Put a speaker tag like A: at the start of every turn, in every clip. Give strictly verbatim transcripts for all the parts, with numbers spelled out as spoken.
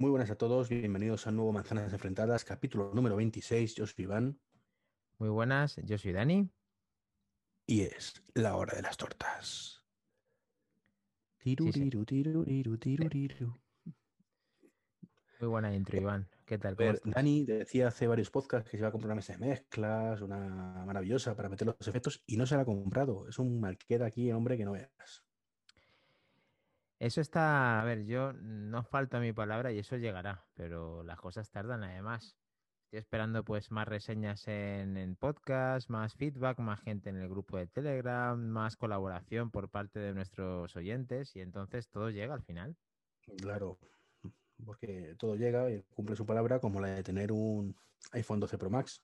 A: Muy buenas a todos, bienvenidos a un nuevo Manzanas Enfrentadas, capítulo número veintiséis. Yo soy Iván
B: Muy buenas, yo soy Dani.
A: y es la hora de las tortas.
B: Sí, sí.
A: Tiruriru, tiruriru, tiruriru.
B: Muy buena intro, Iván. ¿Qué tal?
A: A
B: ¿Cómo
A: ver,
B: estás?
A: Dani decía hace varios podcasts que se iba a comprar una mesa de mezclas, una maravillosa para meter los efectos y no se la ha comprado. Es un malqueda aquí, hombre, que no veas.
B: Eso está, a ver, yo no falta mi palabra y eso llegará, pero las cosas tardan además. Estoy esperando pues más reseñas en, en podcast, más feedback, más gente en el grupo de Telegram, más colaboración por parte de nuestros oyentes y entonces todo llega al final.
A: Claro, porque todo llega y cumple su palabra como la de tener un iPhone doce Pro Max.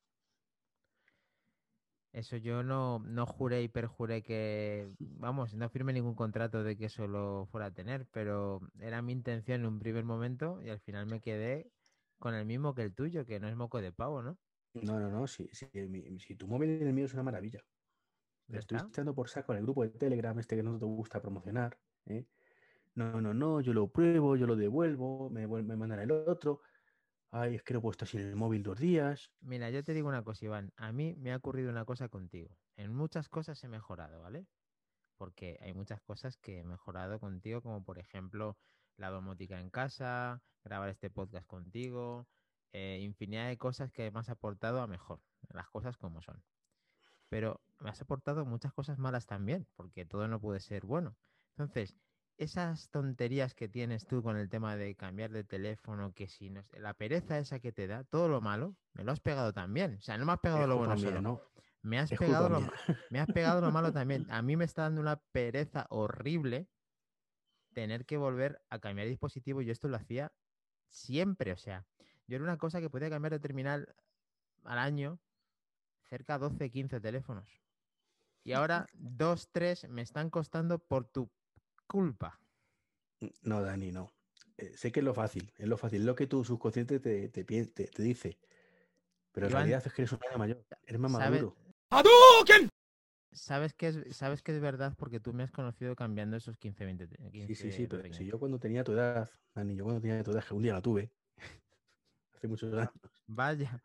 B: Eso yo no, no juré y perjuré que, vamos, no firmé ningún contrato de que eso lo fuera a tener, pero era mi intención en un primer momento y al final me quedé con el mismo que el tuyo, que no es moco de pavo, ¿no?
A: No, no, no, si, si, mi- si tu móvil y el mío es una maravilla. Le
B: ¿Ya está?
A: estuviste dando por saco en el grupo de Telegram, este que no te gusta promocionar. ¿eh? No, no, no, yo lo pruebo, yo lo devuelvo, me, vuel- me mandan el otro. Ay, es que lo he puesto así en el móvil dos días.
B: Mira, yo te digo una cosa, Iván, a mí me ha ocurrido una cosa contigo. En muchas cosas he mejorado, ¿vale? Porque hay muchas cosas que he mejorado contigo, como por ejemplo la domótica en casa, grabar este podcast contigo, eh, infinidad de cosas que me has aportado a mejor, las cosas como son. Pero me has aportado muchas cosas malas también, porque todo no puede ser bueno. Entonces, esas tonterías que tienes tú con el tema de cambiar de teléfono, que si no, la pereza esa que te da, todo lo malo, me lo has pegado también. O sea, no me has pegado
A: Es
B: lo
A: culpa
B: bueno
A: mía,
B: solo,
A: ¿no?
B: me has
A: Es
B: pegado
A: culpa
B: lo,
A: mía.
B: ma- me has pegado lo malo también. A mí me está dando una pereza horrible tener que volver a cambiar de dispositivo. Yo esto lo hacía siempre, o sea, yo era una cosa que podía cambiar de terminal al año cerca de doce, quince teléfonos. Y ahora dos, tres me están costando por tu culpa.
A: No, Dani, no. Eh, sé que es lo fácil, es lo fácil, es lo que tu subconsciente te, te, pien- te- te dice. Pero en
B: Iván,
A: realidad es que eres un año mayor, eres más
B: ¿sabes,
A: maduro.
B: sabes que es, sabes que es verdad porque tú me has conocido cambiando esos quince, veinte, te-
A: Sí, sí, sí,
B: quince,
A: pero
B: doce,
A: si
B: quince.
A: yo cuando tenía tu edad, Dani, yo cuando tenía tu edad, que un día la tuve, hace muchos años,
B: Vaya,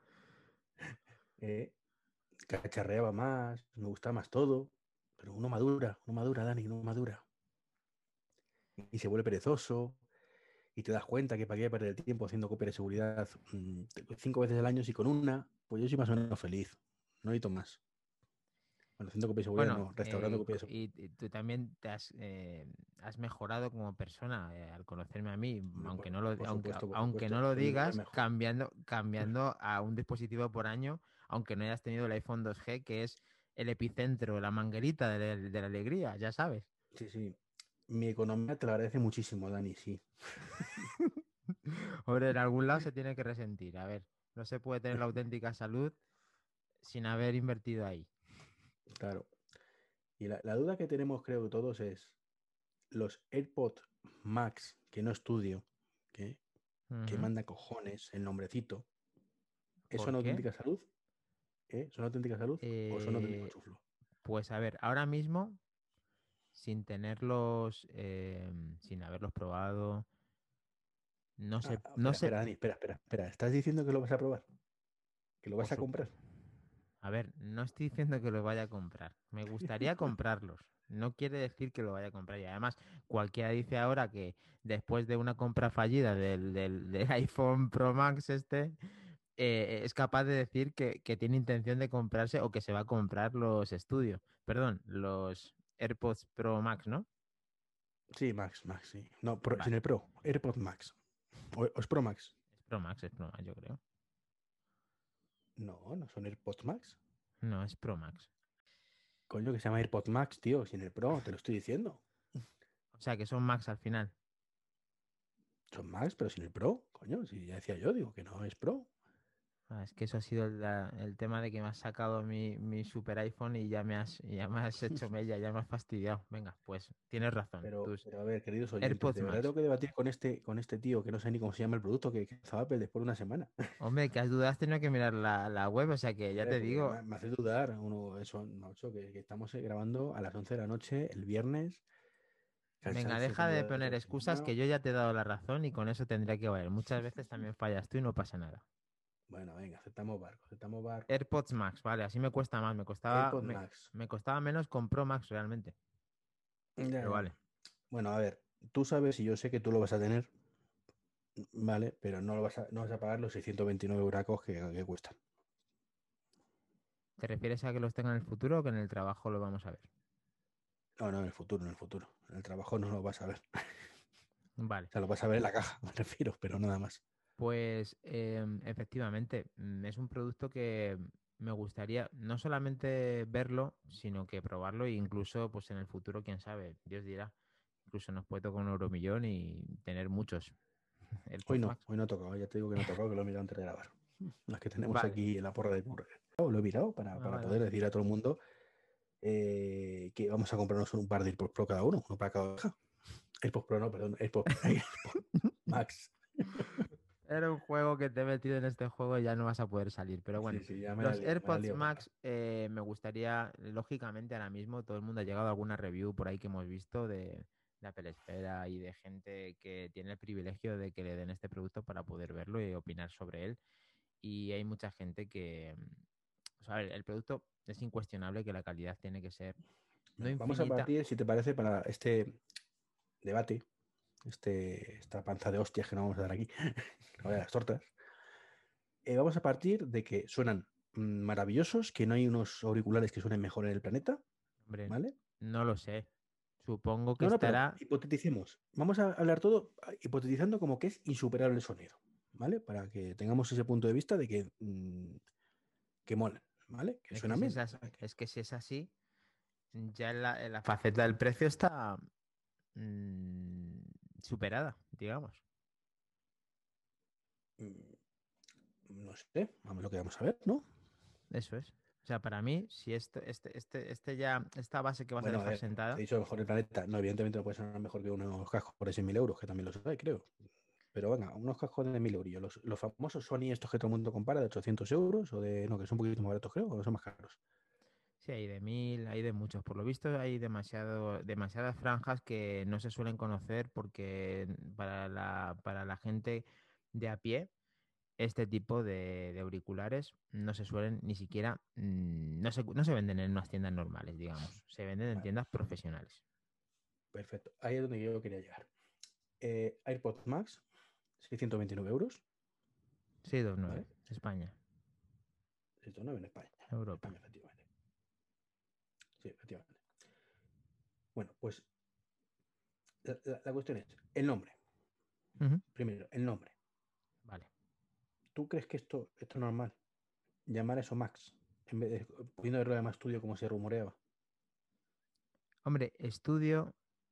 A: eh, cacharreaba más, me gustaba más todo, pero uno madura, uno madura, Dani, uno madura. Y se vuelve perezoso, y te das cuenta que para qué perder el tiempo haciendo copia de seguridad mm, cinco veces al año, si con una, pues yo soy más o menos feliz. No necesito más. Bueno, haciendo copia de seguridad
B: bueno,
A: no, restaurando
B: eh,
A: copia de
B: co-
A: seguridad.
B: y, y tú también te has, eh, has mejorado como persona eh, al conocerme a mí, aunque
A: Por,
B: no lo,
A: por
B: aunque,
A: supuesto, por
B: aunque
A: supuesto.
B: no lo
A: Soy mil veces
B: digas,
A: mejor.
B: cambiando, cambiando a un dispositivo por año, aunque no hayas tenido el iPhone dos G, que es el epicentro, la manguerita de la, de la alegría, ya sabes.
A: Sí, sí. Mi economía te lo agradece muchísimo, Dani, sí.
B: Hombre, en algún lado se tiene que resentir. A ver, no se puede tener la auténtica salud sin haber invertido ahí.
A: Claro. Y la, la duda que tenemos, creo que todos, es los AirPods Max, que no estudio, que, que
B: Ujú.
A: manda cojones el nombrecito, ¿eso
B: ¿Por
A: es
B: qué?
A: auténtica salud? ¿Eh? ¿Son auténtica salud o son auténtico
B: Eh,
A: chuflo?
B: pues a ver, ahora mismo, sin tenerlos, eh, sin haberlos probado, no
A: Ah,
B: sé,
A: ah,
B: no
A: espera,
B: sé,
A: espera, Dani, espera, espera, espera. ¿Estás diciendo que lo vas a probar? ¿Que lo
B: por
A: vas a
B: su...
A: comprar?
B: A ver, no estoy diciendo que los vaya a comprar. Me gustaría comprarlos. No quiere decir que lo vaya a comprar. Y además, cualquiera dice ahora que después de una compra fallida del, del, del iPhone Pro Max este, eh, es capaz de decir que, que tiene intención de comprarse o que se va a comprar los estudios. Perdón, los AirPods Pro Max, ¿no?
A: Sí, Max, Max, sí. No, Pro- sin
B: Vale,
A: el Pro, AirPods Max. ¿O, o es Pro Max?
B: es Pro Max, es Pro Max, yo creo.
A: No, no son AirPods Max.
B: No, es Pro Max.
A: Coño, que se llama AirPods Max, tío, sin el Pro, te lo estoy diciendo.
B: O sea, que son Max al final.
A: Son Max, pero sin el Pro. Coño, si ya decía yo, digo que no es Pro.
B: Ah, es que eso ha sido la- el tema de que me has sacado mi, mi super iPhone y ya me has, ya me has hecho mella, ya me has fastidiado. Venga, pues tienes razón.
A: Pero,
B: Tus
A: pero a ver, queridos oyentes,
B: AirPods
A: de verdad
B: Max.
A: tengo que debatir con este, con este tío que no sé ni cómo se llama el producto que, que hizo Apple después de una semana.
B: Hombre, que has dudado, has tenido que mirar la, la web, o sea que ya
A: Hombre,
B: te
A: porque
B: digo,
A: me, me hace dudar uno, eso, macho, que, que estamos eh, grabando a las once de la noche el viernes
B: Venga,
A: Cansancio
B: deja
A: sin
B: de
A: duda
B: poner excusas que
A: determinado.
B: yo ya te he dado la razón y con eso tendría que valer. Muchas veces también fallas tú y no pasa nada.
A: Bueno, venga, aceptamos barco, aceptamos barco.
B: AirPods Max, vale, así me cuesta más. Me costaba,
A: AirPod
B: me,
A: Max.
B: me costaba menos con Pro Max realmente.
A: Ya,
B: Pero
A: ya.
B: vale.
A: Bueno, a ver, tú sabes y yo sé que tú lo vas a tener, ¿vale? Pero no lo vas a, no vas a pagar los seiscientos veintinueve euracos que, que cuestan.
B: ¿Te refieres a que los tenga en el futuro o que en el trabajo lo vamos a ver?
A: No, no, en el futuro, en el futuro. En el trabajo no lo vas a ver.
B: Vale.
A: O sea, lo vas a ver en la caja, me refiero, pero nada más.
B: Pues em, efectivamente, mm, es un producto que me gustaría no solamente verlo, sino que probarlo e incluso pues en el futuro, quién sabe, Dios dirá, incluso nos puede tocar un euromillón y tener muchos
A: Hoy
B: AirPods
A: no,
B: Max.
A: hoy no ha tocado, ya te digo que no ha tocado, que lo he mirado antes de grabar. Las que tenemos
B: Vale.
A: aquí en la porra de curro. Lo he mirado para,
B: Ah,
A: para
B: vale,
A: poder
B: vale.
A: decir a todo el mundo eh, que vamos a comprarnos un par de AirPods Pro cada uno, uno para cada oreja. AirPods Pro, no, perdón, AirPods, AirPods Max.
B: Era un juego que te he metido en este juego y ya no vas a poder salir. Pero
A: Sí,
B: bueno,
A: sí, ya me la
B: los
A: lío, me la
B: AirPods
A: lío parda.
B: Max eh, me gustaría, lógicamente ahora mismo todo el mundo ha llegado a alguna review por ahí que hemos visto de, de Apple Esfera y de gente que tiene el privilegio de que le den este producto para poder verlo y opinar sobre él. Y hay mucha gente que, mm, o sea, a ver, el producto es incuestionable que la calidad tiene que ser no
A: Bueno, vamos a
B: infinita.
A: partir, si te parece, para este debate, este, esta panza de hostias que nos vamos a dar aquí, la hora de las tortas. Eh, vamos a partir de que suenan mm, maravillosos, que no hay unos auriculares que suenen mejor en el planeta,
B: Hombre,
A: ¿vale?
B: no lo sé. Supongo que
A: No, no, pero
B: estará.
A: hipoteticemos. Vamos a hablar todo ah, hipotetizando como que es insuperable el sonido, ¿vale? Para que tengamos ese punto de vista de que, mm, que molan, ¿vale? Que
B: Es que
A: suenan
B: si es
A: bien. O
B: así,
A: sea, que-
B: es que si es así, ya en la, en la faceta del precio está mm, superada, digamos.
A: mm, no sé, vamos lo que vamos a ver, ¿no?
B: Eso es. O sea, para mí, si esto, este, este, este ya, esta base que vas a
A: Bueno, a
B: dejar
A: ver, te he
B: sentada,
A: dicho mejor el planeta. No, evidentemente no puede sonar mejor que unos cascos por seis mil euros, que también los hay, creo. Pero venga, unos cascos de mil euros. Los, los famosos Sony, estos que todo el mundo compara, de ochocientos euros, o de, no, que son un poquito más baratos, creo, o son más caros.
B: sí hay de mil, hay de muchos. Por lo visto, hay demasiado, demasiadas franjas que no se suelen conocer porque para la, para la gente de a pie, este tipo de, de auriculares no se suelen ni siquiera, mm, no se, no se venden en unas tiendas normales, digamos. Se venden en
A: Vale,
B: tiendas profesionales.
A: perfecto. Ahí es donde yo quería llegar. Eh, AirPods Max, seiscientos veintinueve euros,
B: seiscientos nueve,
A: ¿vale?
B: España,
A: seiscientos nueve en España. En
B: Europa.
A: España, efectivamente. Sí, efectivamente. Bueno, pues la, la- la cuestión es el nombre.
B: Ujú.
A: Primero, el nombre.
B: Vale.
A: ¿Tú crees que esto, esto es normal? Llamar a eso Max, en vez de pudiendo verlo además estudio como se rumoreaba.
B: Hombre, estudio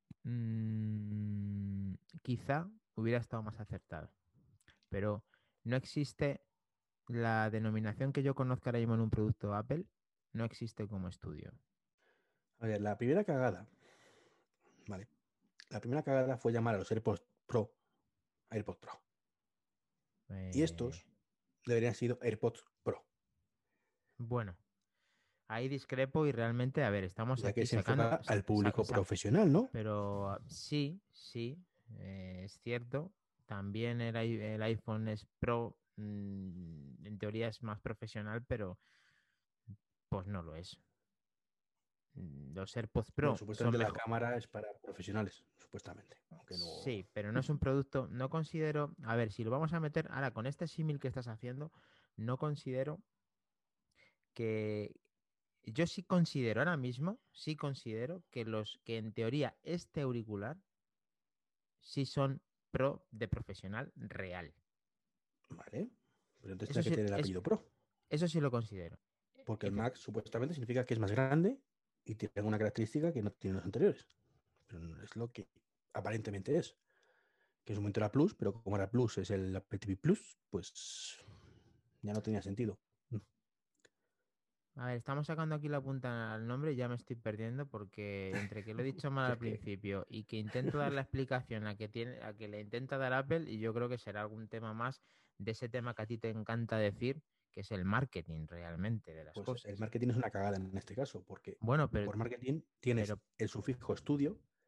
B: mm, quizá hubiera estado más acertado, pero no existe la denominación que yo conozca ahora mismo en un producto Apple, no existe como estudio.
A: A ver, la primera cagada, ¿vale? La primera cagada fue llamar a los AirPods Pro AirPods Pro. Y
B: Eh,
A: estos deberían haber sido AirPods Pro,
B: bueno, ahí discrepo y realmente, a ver, estamos
A: ya que
B: aquí
A: se
B: sacando,
A: enfoca
B: sa-
A: al
B: sa-
A: público
B: sa-
A: profesional, ¿no?
B: pero ah, sí, sí, eh, es cierto. También el, i- el iPhone es Pro, mm, en teoría es más profesional, pero pues no lo es. Mm, Los AirPods
A: Bueno,
B: Pro son
A: supuestamente la
B: mejor.
A: cámara es para profesionales, supuestamente. Aunque luego.
B: Sí, pero no es un producto, no considero, a ver, si lo vamos a meter ahora con este símil que estás haciendo, no considero que, yo sí considero ahora mismo, sí considero que los que en teoría este auricular sí son pro de profesional real.
A: Vale. Pero entonces
B: Eso
A: tiene que
B: sí,
A: tener el
B: es,
A: apellido Pro.
B: eso sí lo considero.
A: Porque el
B: Efe-
A: Max supuestamente significa que es más grande y tiene alguna característica que no tienen los anteriores. Pero no es lo que aparentemente es. Que en su momento era Plus, pero como era Plus es el Apple T V Plus, pues ya no tenía sentido.
B: A ver, estamos sacando aquí la punta al nombre y ya me estoy perdiendo porque entre que lo he dicho mal
A: Si
B: al
A: es que
B: principio y que intento dar la explicación a que tiene, a que le intenta dar Apple, y yo creo que será algún tema más de ese tema que a ti te encanta decir, que es el marketing realmente de las
A: pues el
B: cosas.
A: marketing es una cagada en este caso, porque
B: Bueno, pero,
A: por marketing tienes
B: pero
A: el sufijo estudio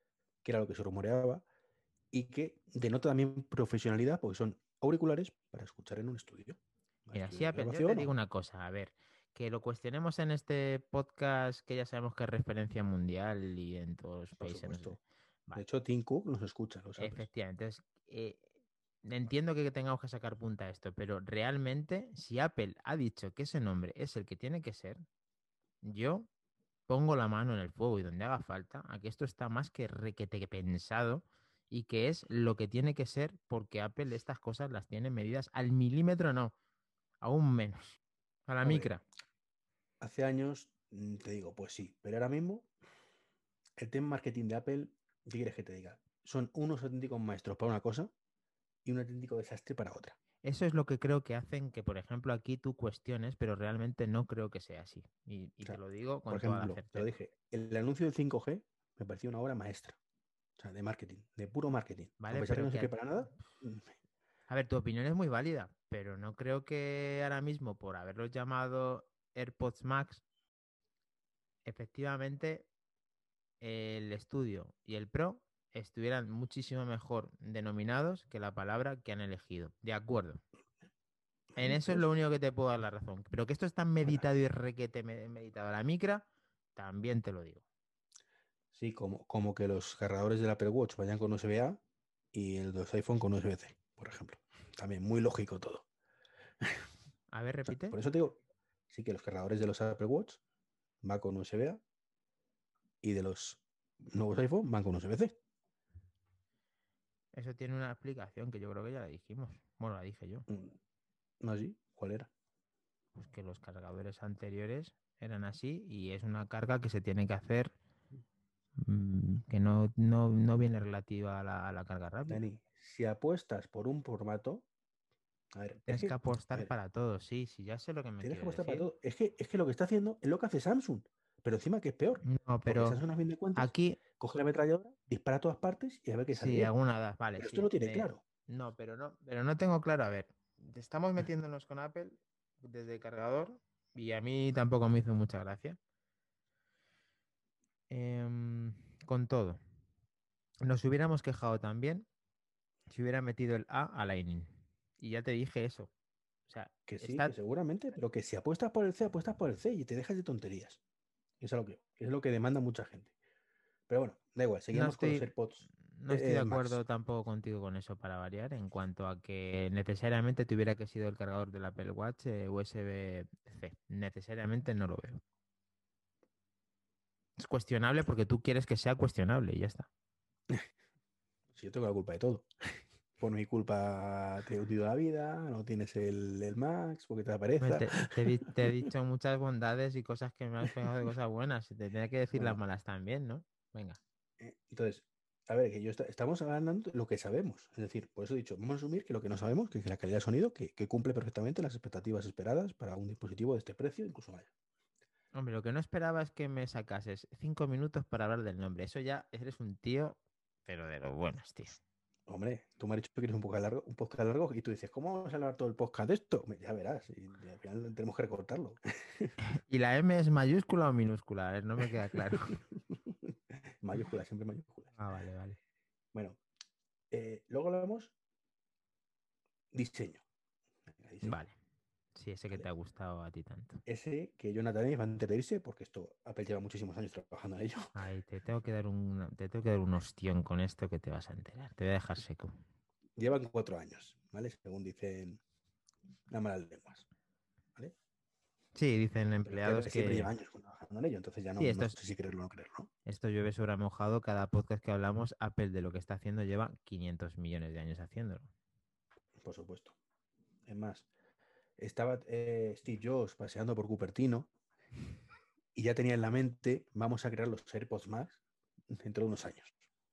A: que era lo que se rumoreaba, y que denota también profesionalidad, porque son auriculares para escuchar en un estudio. ¿Un
B: Mira,
A: estudio
B: sí,
A: de
B: Apple, yo te
A: grabación
B: digo
A: o...?
B: una cosa, a ver, que lo cuestionemos en este podcast que ya sabemos que es referencia mundial y en todos los
A: Por
B: países, no sé.
A: supuesto. De
B: Vale,
A: hecho, Tim Cook nos escucha, lo sabes.
B: efectivamente. Entonces, eh, entiendo que tengamos que sacar punta a esto, pero realmente, si Apple ha dicho que ese nombre es el que tiene que ser, yo pongo la mano en el fuego y donde haga falta, a que esto está más que requete pensado y que es lo que tiene que ser porque Apple estas cosas las tiene medidas al milímetro, no, aún menos, a la
A: Hombre,
B: micra.
A: hace años mm, te digo, pues sí, pero ahora mismo el tema marketing de Apple, ¿qué quieres que te diga? Son unos auténticos maestros para una cosa y un auténtico desastre para otra.
B: Eso es lo que creo que hacen que, por ejemplo, aquí tú cuestiones, pero realmente no creo que sea así. Y, y
A: O
B: te
A: sea,
B: lo digo
A: por
B: con toda la
A: ejemplo, te lo
B: certeza.
A: dije, el anuncio del cinco G me pareció una obra maestra. O sea, de marketing, de puro marketing. A
B: ¿Vale?
A: pesar de que
B: Pero
A: no
B: que,
A: sirve
B: a,
A: para nada, mm,
B: a ver, tu opinión es muy válida, pero no creo que ahora mismo, por haberlos llamado AirPods Max, efectivamente el estudio y el Pro estuvieran muchísimo mejor denominados que la palabra que han elegido. De acuerdo. En
A: ¿eh?
B: eso es
A: No
B: lo
A: sé.
B: único que te puedo dar la razón. Pero que esto está
A: Bueno,
B: meditado y requete me- meditado a la micra, también te lo digo.
A: sí, como, como que los cargadores del Apple Watch vayan con U S B-A y el de los iPhone con U S B-C, por ejemplo. También muy lógico todo.
B: A ver,
A: O sea,
B: repite.
A: por eso te digo, sí que los cargadores de los Apple Watch van con U S B-A y de los nuevos iPhone van con U S B-C.
B: Eso tiene una explicación que yo creo que ya la dijimos. Bueno, la dije yo.
A: Mm, ¿no así? ¿Cuál era?
B: Pues que los cargadores anteriores eran así y es una carga que se tiene que hacer mm, que no, no, no viene relativa a la, a la carga rápida.
A: Dani, si apuestas por un formato, a ver, es
B: Tienes que
A: que, a
B: apostar
A: ver,
B: para todo, sí, sí, ya sé lo que me
A: tienes que
B: quieres
A: apostar para
B: decir.
A: todo. Es que, es que lo que está haciendo es lo que hace Samsung, pero encima que es peor,
B: No,
A: porque
B: pero
A: Samsung a fin de cuentas
B: aquí
A: coge la ametralladora, dispara a todas partes y a ver qué sale
B: sí,
A: bien.
B: alguna edad, vale,
A: Pero esto
B: sí.
A: lo tiene
B: Me...
A: claro.
B: No, pero no, pero no tengo claro. A ver, estamos metiéndonos con Apple desde cargador y a mí tampoco me hizo mucha gracia. Em, con todo, nos hubiéramos quejado también si hubiera metido el A a Lightning. Y ya te dije eso. O sea,
A: Que sí, que
B: está...
A: seguramente, pero que si apuestas por el C, apuestas por el C y te dejas de tonterías. Eso es lo que, que es lo que demanda mucha gente. Pero bueno, da igual,
B: No
A: seguimos con los
B: estoy,
A: AirPods
B: no estoy de
A: eh, eh, Max.
B: acuerdo tampoco contigo con eso para variar, en cuanto a que necesariamente tuviera que ser el cargador del Apple Watch eh, U S B-C. Necesariamente no lo veo. Es cuestionable porque tú quieres que sea cuestionable y ya está.
A: Si yo tengo la culpa de todo. Por mi culpa te he hundido la vida, no tienes el, el Max, porque te da
B: Me
A: pereza.
B: Te, te he di- te he dicho muchas bondades y cosas que me has pegado de cosas buenas. Te tenía que decir las
A: Bueno,
B: malas también, ¿no? Venga.
A: eh, entonces, a ver, que yo esta- estamos hablando de lo que sabemos. Es decir, por eso he dicho, vamos a asumir que lo que no sabemos, que, que la calidad de sonido, que, que cumple perfectamente las expectativas esperadas para un dispositivo de este precio, incluso más.
B: Hombre, lo que no esperaba es que me sacases cinco minutos para hablar del nombre. Eso ya eres un tío, pero de los buenos, tío.
A: Hombre, tú me has dicho que quieres un podcast largo, un podcast largo y tú dices, ¿cómo vamos a hablar todo el podcast de esto? Hombre, ya verás, y, y al final tenemos que recortarlo.
B: ¿Y la M es mayúscula o minúscula? A ver, no me queda claro.
A: Mayúsculas, siempre mayúsculas.
B: Ah, vale, vale.
A: Bueno, eh, luego hablamos diseño. Venga, diseño,
B: Vale. Sí, ese que te
A: ¿vale?
B: ha gustado a ti tanto.
A: Ese que Jonathan Ive antes de irse, porque esto Apple lleva muchísimos años trabajando en ello,
B: Ay, te tengo que dar un, te tengo que dar un ostión con esto que te vas a enterar. Te voy a dejar seco.
A: llevan cuatro años, ¿vale? Según dicen las malas lenguas, ¿vale?
B: Sí, dicen
A: Pero es que
B: empleados
A: Apple siempre
B: que...
A: lleva años trabajando en ello, entonces ya
B: Sí,
A: no, no
B: esto es,
A: sé si creerlo o no creerlo,
B: esto llueve sobre mojado. Cada podcast que hablamos, Apple de lo que está haciendo lleva quinientos millones de años haciéndolo.
A: ¿no? Por supuesto. Es más, estaba eh, Steve Jobs paseando por Cupertino y ya tenía en la mente, vamos a crear los AirPods Max dentro de unos años.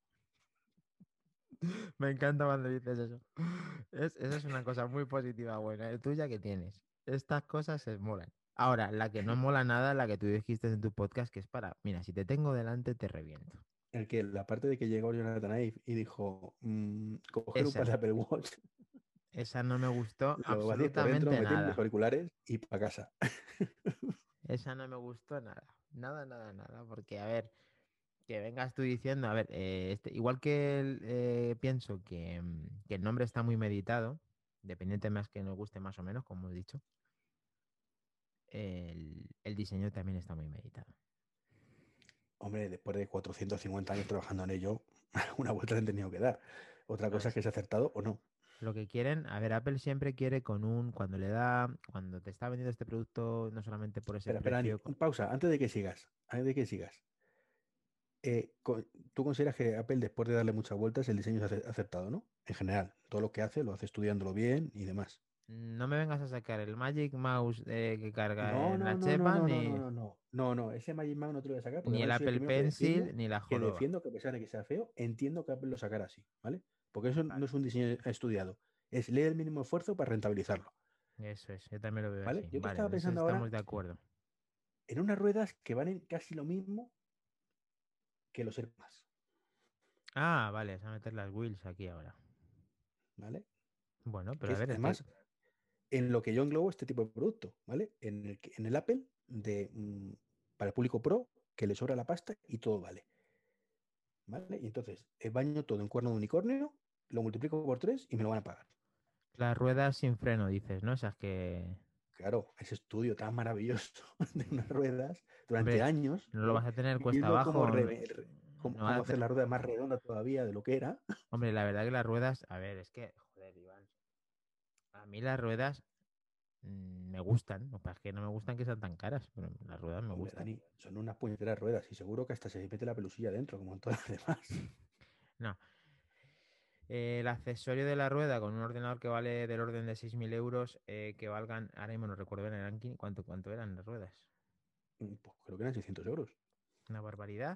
B: Me encanta cuando dices eso. Es, eso es una cosa muy positiva, buena, eh, tuya que tienes. Estas cosas se molan. Ahora, la que no mola nada, la que tú dijiste en tu podcast, que es para, mira, si te tengo delante, te reviento.
A: El que la parte de que llegó Jonathan Ive y dijo, mm, coger un par
B: Esa,
A: de Apple Watch,
B: esa no me gustó
A: lo vacías por dentro,
B: absolutamente
A: metéis los
B: nada.
A: auriculares y para casa.
B: Esa no me gustó nada. Nada, nada, nada. Porque, a ver. que vengas tú diciendo, a ver, eh, este, igual que el, eh, pienso que, mm, que el nombre está muy meditado, dependiente más que nos guste más o menos, como he dicho, el, el diseño también está muy meditado.
A: Hombre, después de cuatrocientos cincuenta años trabajando en ello, una vuelta le han tenido que dar. Otra cosa es
B: Entonces,
A: que se ha acertado o no.
B: lo que quieren, a ver, Apple siempre quiere con un, cuando le da, cuando te está vendiendo este producto, no solamente por ese
A: Espera, espera, Ani,
B: precio, co-
A: un pausa, antes de que sigas, antes de que sigas. Eh, co- ¿tú consideras que Apple, después de darle muchas vueltas, el diseño es ace- acertado, ¿no? En general, todo lo que hace lo hace estudiándolo bien y demás.
B: no me vengas a sacar el Magic Mouse eh, que carga
A: No,
B: en
A: no,
B: la
A: no, no,
B: chepa,
A: no, no, no,
B: ni,
A: no, no, no, no, ese Magic Mouse no te lo voy a sacar porque
B: ni el
A: además yo soy el
B: Apple
A: primero que defiendo,
B: Pencil, ni la
A: que
B: joroba.
A: defiendo que a pesar de que sea feo, entiendo que Apple lo sacara así, ¿vale? Porque eso no
B: Vale,
A: es un diseño estudiado, es leer el mínimo esfuerzo para rentabilizarlo,
B: eso es, yo también lo veo
A: ¿vale?
B: así.
A: Yo te
B: Vale,
A: estaba
B: en eso
A: pensando ahora
B: estamos de acuerdo.
A: en unas ruedas que valen casi lo mismo que los AirPods,
B: Ah, vale, es a meter las wheels aquí ahora.
A: ¿vale?
B: Bueno, pero
A: Que
B: a
A: es
B: ver, es que,
A: además en lo que yo englobo este tipo de producto, ¿vale? En el, que- en el Apple de, mm, para el público pro, que le sobra la pasta y todo vale, ¿vale? Y entonces eh, baño todo en cuerno de unicornio, lo multiplico por tres y me lo van a pagar.
B: las ruedas sin freno, dices, ¿no? Esas que,
A: Claro, ese estudio tan maravilloso de unas ruedas durante
B: hombre,
A: años,
B: no lo
A: ¿eh?
B: vas a tener cuesta
A: Viendo cómo,
B: abajo.
A: re- re- cómo,
B: No vas
A: cómo
B: a te-
A: hacer la rueda más redonda todavía de lo que era.
B: Hombre, la verdad que las ruedas, a ver, es que, joder, Iván, a mí las ruedas mm, me gustan. Lo que pasa es que no me gustan que sean tan caras, pero las ruedas me
A: Hombre,
B: gustan.
A: Dani, son unas puñeteras ruedas y seguro que hasta se mete la pelusilla dentro, como en todas las demás.
B: No, eh, el accesorio de la rueda con un ordenador que vale del orden de seis mil euros, eh, que valgan, ahora mismo no recuerdo bien el ranking, ¿cuánto, cuánto eran las ruedas?
A: Mm, Pues creo que eran seiscientos euros.
B: Una barbaridad.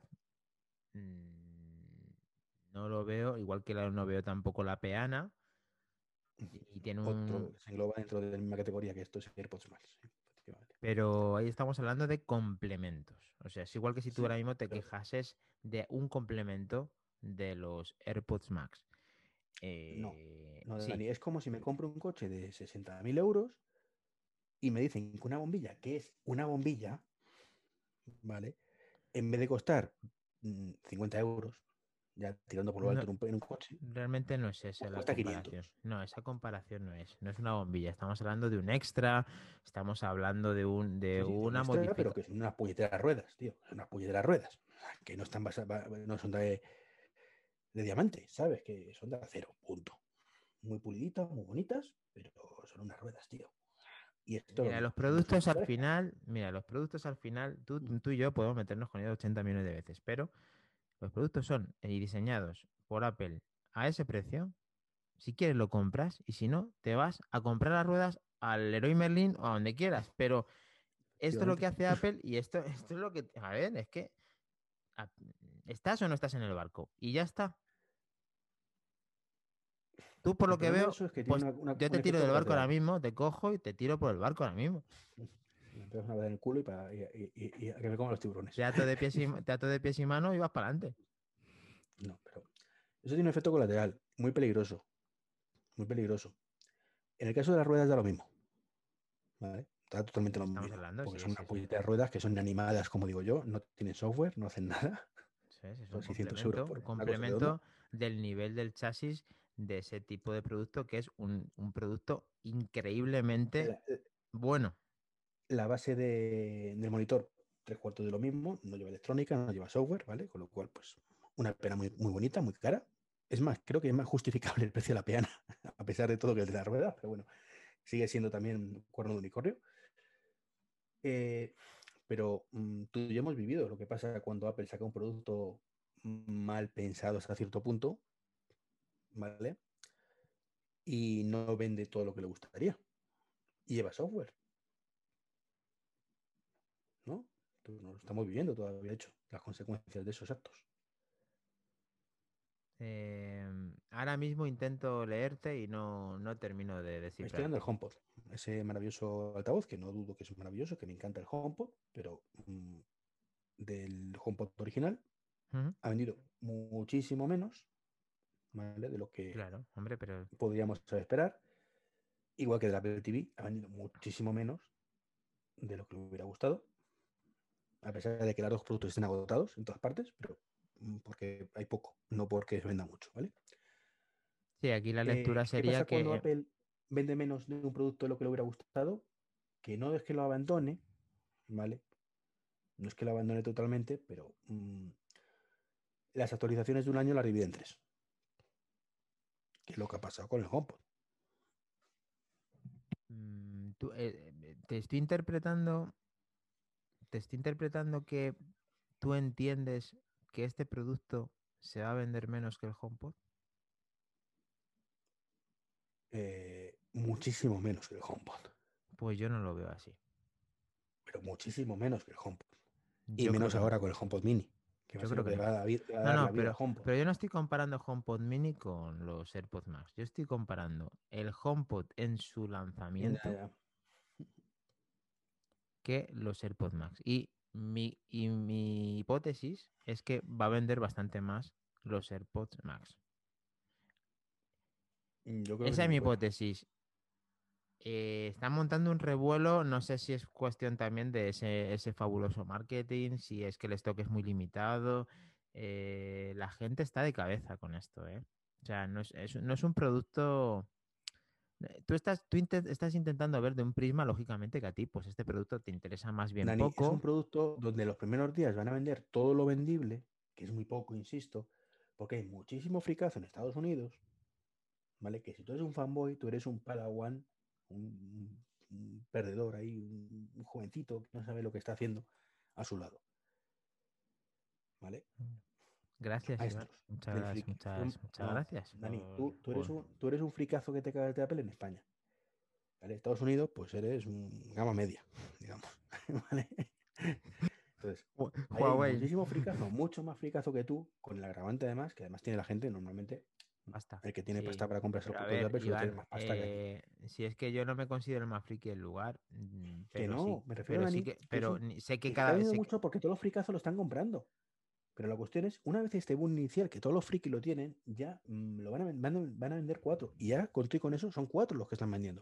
B: Mm, no lo veo, igual que la- no veo tampoco la peana. Y tiene
A: Otro
B: un...
A: que se engloba dentro de la misma categoría que esto es AirPods Max. Sí, efectivamente.
B: Pero ahí estamos hablando de complementos. O sea, es igual que si tú
A: Sí,
B: ahora mismo te
A: pero
B: quejases de un complemento de los AirPods Max.
A: no,
B: Eh,
A: no,
B: sí,
A: Dani, es como si me compro un coche de sesenta mil euros y me dicen que una bombilla, que es una bombilla, ¿vale? En vez de costar mm, cincuenta euros, ya tirando por lo
B: no,
A: alto en un, en un coche,
B: realmente no es esa
A: pues
B: la
A: cuesta
B: comparación.
A: quinientos.
B: No, esa comparación no es. No es una bombilla. Estamos hablando de un extra, estamos hablando de un, de
A: Sí, sí, de un
B: una
A: extra, pero
B: modificación.
A: que son unas puñeteras ruedas, tío. Son unas puñeteras ruedas. Que no están basadas, no son de, de diamante, ¿sabes? Que son de acero, punto. Muy puliditas, muy bonitas, pero son unas ruedas, tío. Y esto es lo
B: Mira, los
A: mismo. Son unos
B: productos al
A: amortiguadores.
B: final, mira, los productos al final, tú, tú y yo podemos meternos con ellos ochenta millones de veces, pero los productos son eh, diseñados por Apple a ese precio. Si quieres lo compras y si no, te vas a comprar las ruedas al Leroy Merlin o a donde quieras. Pero esto es lo que
A: Efectivamente.
B: hace Apple y esto, esto es lo que... A ver, es que a- ¿estás o no estás en el barco? Y ya está. Tú por
A: El
B: lo que
A: problema de
B: veo,
A: eso es que tiene
B: pues
A: una- una-
B: yo
A: un
B: te tiro
A: efecto
B: del barco ahora
A: colateral.
B: mismo, te cojo y te tiro por el barco ahora mismo.
A: Me pegas una vez en el culo y, para, y, y- y- y a que me coman los tiburones.
B: Te ato de pies y, te ato de pies y manos y vas para adelante.
A: No, pero eso tiene un efecto colateral muy peligroso, muy peligroso. En el caso de las ruedas da lo mismo, ¿vale? Da totalmente lo
B: Estamos
A: mismo,
B: hablando,
A: porque
B: sí,
A: son
B: sí,
A: unas
B: sí.
A: puñeteras ruedas que son inanimadas, como digo yo, no tienen software, no hacen nada.
B: Sí, sí, es un
A: Son seiscientos euros
B: complemento,
A: por
B: un
A: una cosa redonda.
B: complemento del nivel del chasis de ese tipo de producto que es un, un producto increíblemente
A: La,
B: bueno.
A: la base de- del monitor, tres cuartos de lo mismo, no lleva electrónica, no lleva software, ¿vale? Con lo cual, pues, una pena muy, muy bonita, muy cara. Es más, creo que es más justificable el precio de la peana, a pesar de todo que es de la rueda, pero bueno, sigue siendo también un cuerno de unicornio. Eh, pero mm, tú y yo hemos vivido lo que pasa cuando Apple saca un producto mal pensado hasta cierto punto, ¿vale? Y no vende todo lo que le gustaría. Y lleva software, ¿no? Entonces, no lo estamos viviendo todavía, hecho, las consecuencias de esos actos.
B: Eh, ahora mismo intento leerte y no, no termino de
A: Me estoy dando el
B: descifrarte.
A: HomePod, ese maravilloso altavoz, que no dudo que es maravilloso, que me encanta el HomePod, pero mm, del HomePod original
B: Ujú.
A: ha vendido muchísimo menos, ¿vale? De lo que
B: Claro, hombre, pero
A: podríamos esperar. Igual que del Apple T V, ha vendido muchísimo menos de lo que me hubiera gustado, a pesar de que los dos productos estén agotados en todas partes, pero porque hay poco, no porque se venda mucho, ¿vale?
B: Sí, aquí la
A: Eh,
B: lectura
A: ¿qué
B: sería
A: pasa
B: que...
A: cuando
B: eh,
A: Apple vende menos de un producto de lo que le hubiera gustado? Que no es que lo abandone, ¿vale? No es que lo abandone totalmente, pero mm, las actualizaciones de un año las divide en tres, que es lo que ha pasado con el HomePod.
B: mm, tú, eh, eh, te estoy interpretando, te estoy interpretando que tú entiendes que este producto se va a vender menos que el HomePod.
A: Eh, muchísimo menos que el HomePod,
B: Pues yo no lo veo así.
A: pero muchísimo menos que el HomePod. Y
B: Yo creo
A: menos
B: que no.
A: ahora con el HomePod Mini, que va a
B: Yo
A: ser
B: creo
A: lo que
B: que
A: le
B: no.
A: va a, dar, le va a
B: No,
A: dar la
B: no,
A: vida
B: pero,
A: al HomePod.
B: pero yo no estoy comparando HomePod Mini con los AirPods Max. Yo estoy comparando el HomePod en su
A: Ya,
B: lanzamiento
A: ya.
B: que los AirPods Max. Y mi, y mi hipótesis es que va a vender bastante más los AirPods Max.
A: Yo creo que
B: Esa
A: ni
B: es
A: de
B: mi
A: coña.
B: hipótesis. Eh, están montando un revuelo, no sé si es cuestión también de ese, ese fabuloso marketing, si es que el stock es muy limitado. Eh, la gente está de cabeza con esto, ¿eh? O sea, no es, es- no es un producto... eh, Tú estás, tú inte- estás intentando ver de un prisma, lógicamente, que a ti, pues este producto te interesa más bien
A: Dani, es un
B: poco.
A: producto donde los primeros días van a vender todo lo vendible, que es muy poco, insisto, porque hay muchísimo fricazo en Estados Unidos, ¿vale? Que si tú eres un fanboy, tú eres un padawan, un, un perdedor ahí, un, un jovencito que no sabe lo que está haciendo a su lado, ¿vale?
B: Gracias,
A: A
B: Iván.
A: estos,
B: Muchas
A: del
B: gracias,
A: friki.
B: muchas,
A: Son-
B: muchas
A: no,
B: gracias
A: Dani,
B: por,
A: tú, tú, eres
B: por-
A: un, tú eres un fricazo que te cagas de Apple en España, ¿vale? Estados Unidos, pues eres un gama media, digamos, ¿vale? Entonces,
B: Hu-
A: ahí hay
B: Huawei.
A: muchísimo fricazo, mucho más fricazo que tú, con el agravante además, que además tiene la gente, normalmente
B: Basta.
A: el que tiene
B: Sí.
A: pasta para comprarse los
B: Pero a
A: productos de
B: ver,
A: Apple suele tener
B: Iván,
A: más pasta que aquí.
B: eh, si es que yo no me considero el más friki del lugar, mm,
A: Que
B: pero sí,
A: no, me refiero a
B: pero sí
A: Dani,
B: que,
A: que es
B: pero
A: un,
B: ni- sé que
A: que está
B: cada,
A: vendiendo
B: sé que,
A: mucho porque todos los fricazos lo están comprando. Pero la cuestión es, una vez este boom inicial, que todos los frikis lo tienen, ya mm, lo van a, ven- van, a, van a vender cuatro. Y ya, con todo y con eso, son cuatro los que están vendiendo.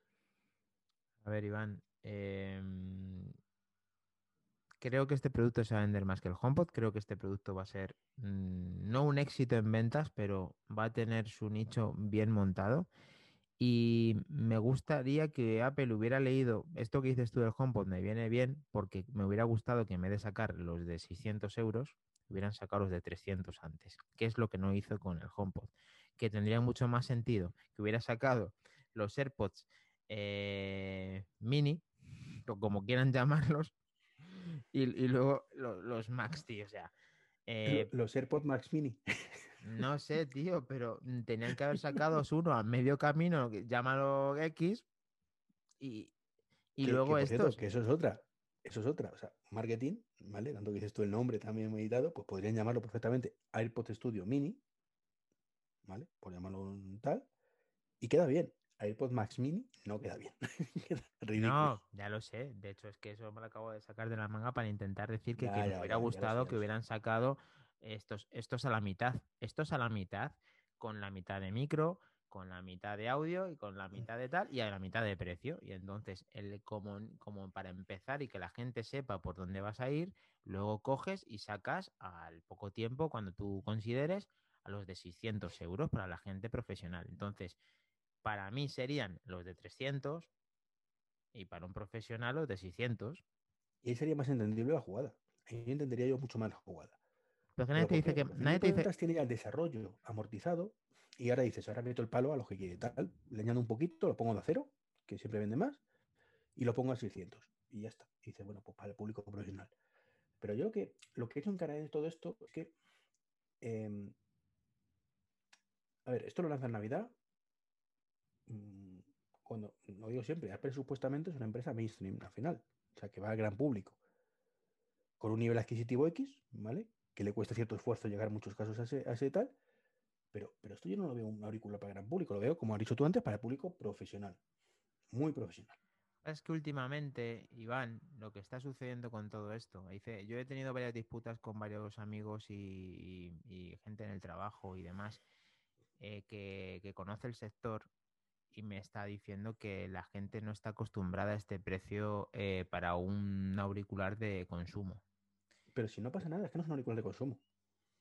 B: a ver, Iván, em, creo que este producto se va a vender más que el HomePod. Creo que este producto va a ser mm, no un éxito en ventas, pero va a tener su nicho bien montado. Y me gustaría que Apple hubiera leído esto que dices tú del HomePod, me viene bien, porque me hubiera gustado que en vez de sacar los de seiscientos euros, hubieran sacado los de trescientos antes, que es lo que no hizo con el HomePod, que tendría mucho más sentido que hubiera sacado los AirPods eh, mini, o como quieran llamarlos, y, y luego lo- los Max, tío, o sea,
A: Lo-
B: eh,
A: Los AirPods Max Mini.
B: no sé, tío, pero mm, tenían que haber sacado uno a medio camino, que- llámalo X, y, y
A: Que, que,
B: luego
A: por cierto,
B: estos.
A: que eso es otra. Eso es otra. O sea, marketing, ¿vale? Tanto que dices tú el nombre también meditado, pues podrían llamarlo perfectamente AirPods Studio Mini, ¿vale? Por llamarlo un tal. Y queda bien. AirPods Max Mini no queda bien. Queda ridículo.
B: No, ya lo sé. De hecho, es que eso me lo acabo de sacar de la manga para intentar decir que, que
A: Ya,
B: me
A: ya,
B: hubiera
A: ya, ya lo sé,
B: gustado
A: ya
B: que
A: lo sé.
B: hubieran sacado estos, estos a la mitad. Estos a la mitad, con la mitad de micro, con la mitad de audio y con la mitad de tal, y a la mitad de precio. Y entonces, el, como, como para empezar y que la gente sepa por dónde vas a ir, luego coges y sacas al poco tiempo, cuando tú consideres, a los de seiscientos euros para la gente profesional. Entonces, para mí serían los de trescientos y para un profesional los de seiscientos.
A: Y ahí sería más entendible la jugada. Ahí entendería yo mucho más la jugada.
B: Pero que nadie
A: ¿Pero
B: te
A: por
B: dice
A: qué?
B: que,
A: Porque al final
B: nadie
A: de
B: te dice,
A: cuentas tiene ya el desarrollo amortizado y ahora dices, ahora meto el palo a los que quiere tal, le añado un poquito, lo pongo de acero, que siempre vende más, y lo pongo a seiscientos. Y ya está. Y dice, bueno, pues para el público profesional. Pero yo lo que, lo que he hecho en cara de todo esto es que, eh, a ver, esto lo lanza en Navidad, mmm, cuando, lo digo siempre, Apple supuestamente es una empresa mainstream al final, o sea, que va al gran público, con un nivel adquisitivo X, ¿vale? Que le cuesta cierto esfuerzo llegar en muchos casos a ese, a ese tal, pero, pero esto yo no lo veo un auricular para gran público, lo veo, como has dicho tú antes, para el público profesional, muy profesional.
B: es que últimamente, Iván, lo que está sucediendo con todo esto, dice, yo he tenido varias disputas con varios amigos y, y- y gente en el trabajo y demás, eh, que, que conoce el sector y me está diciendo que la gente no está acostumbrada a este precio eh, para un auricular de consumo.
A: Pero si no pasa nada, es que no es un auricular de consumo.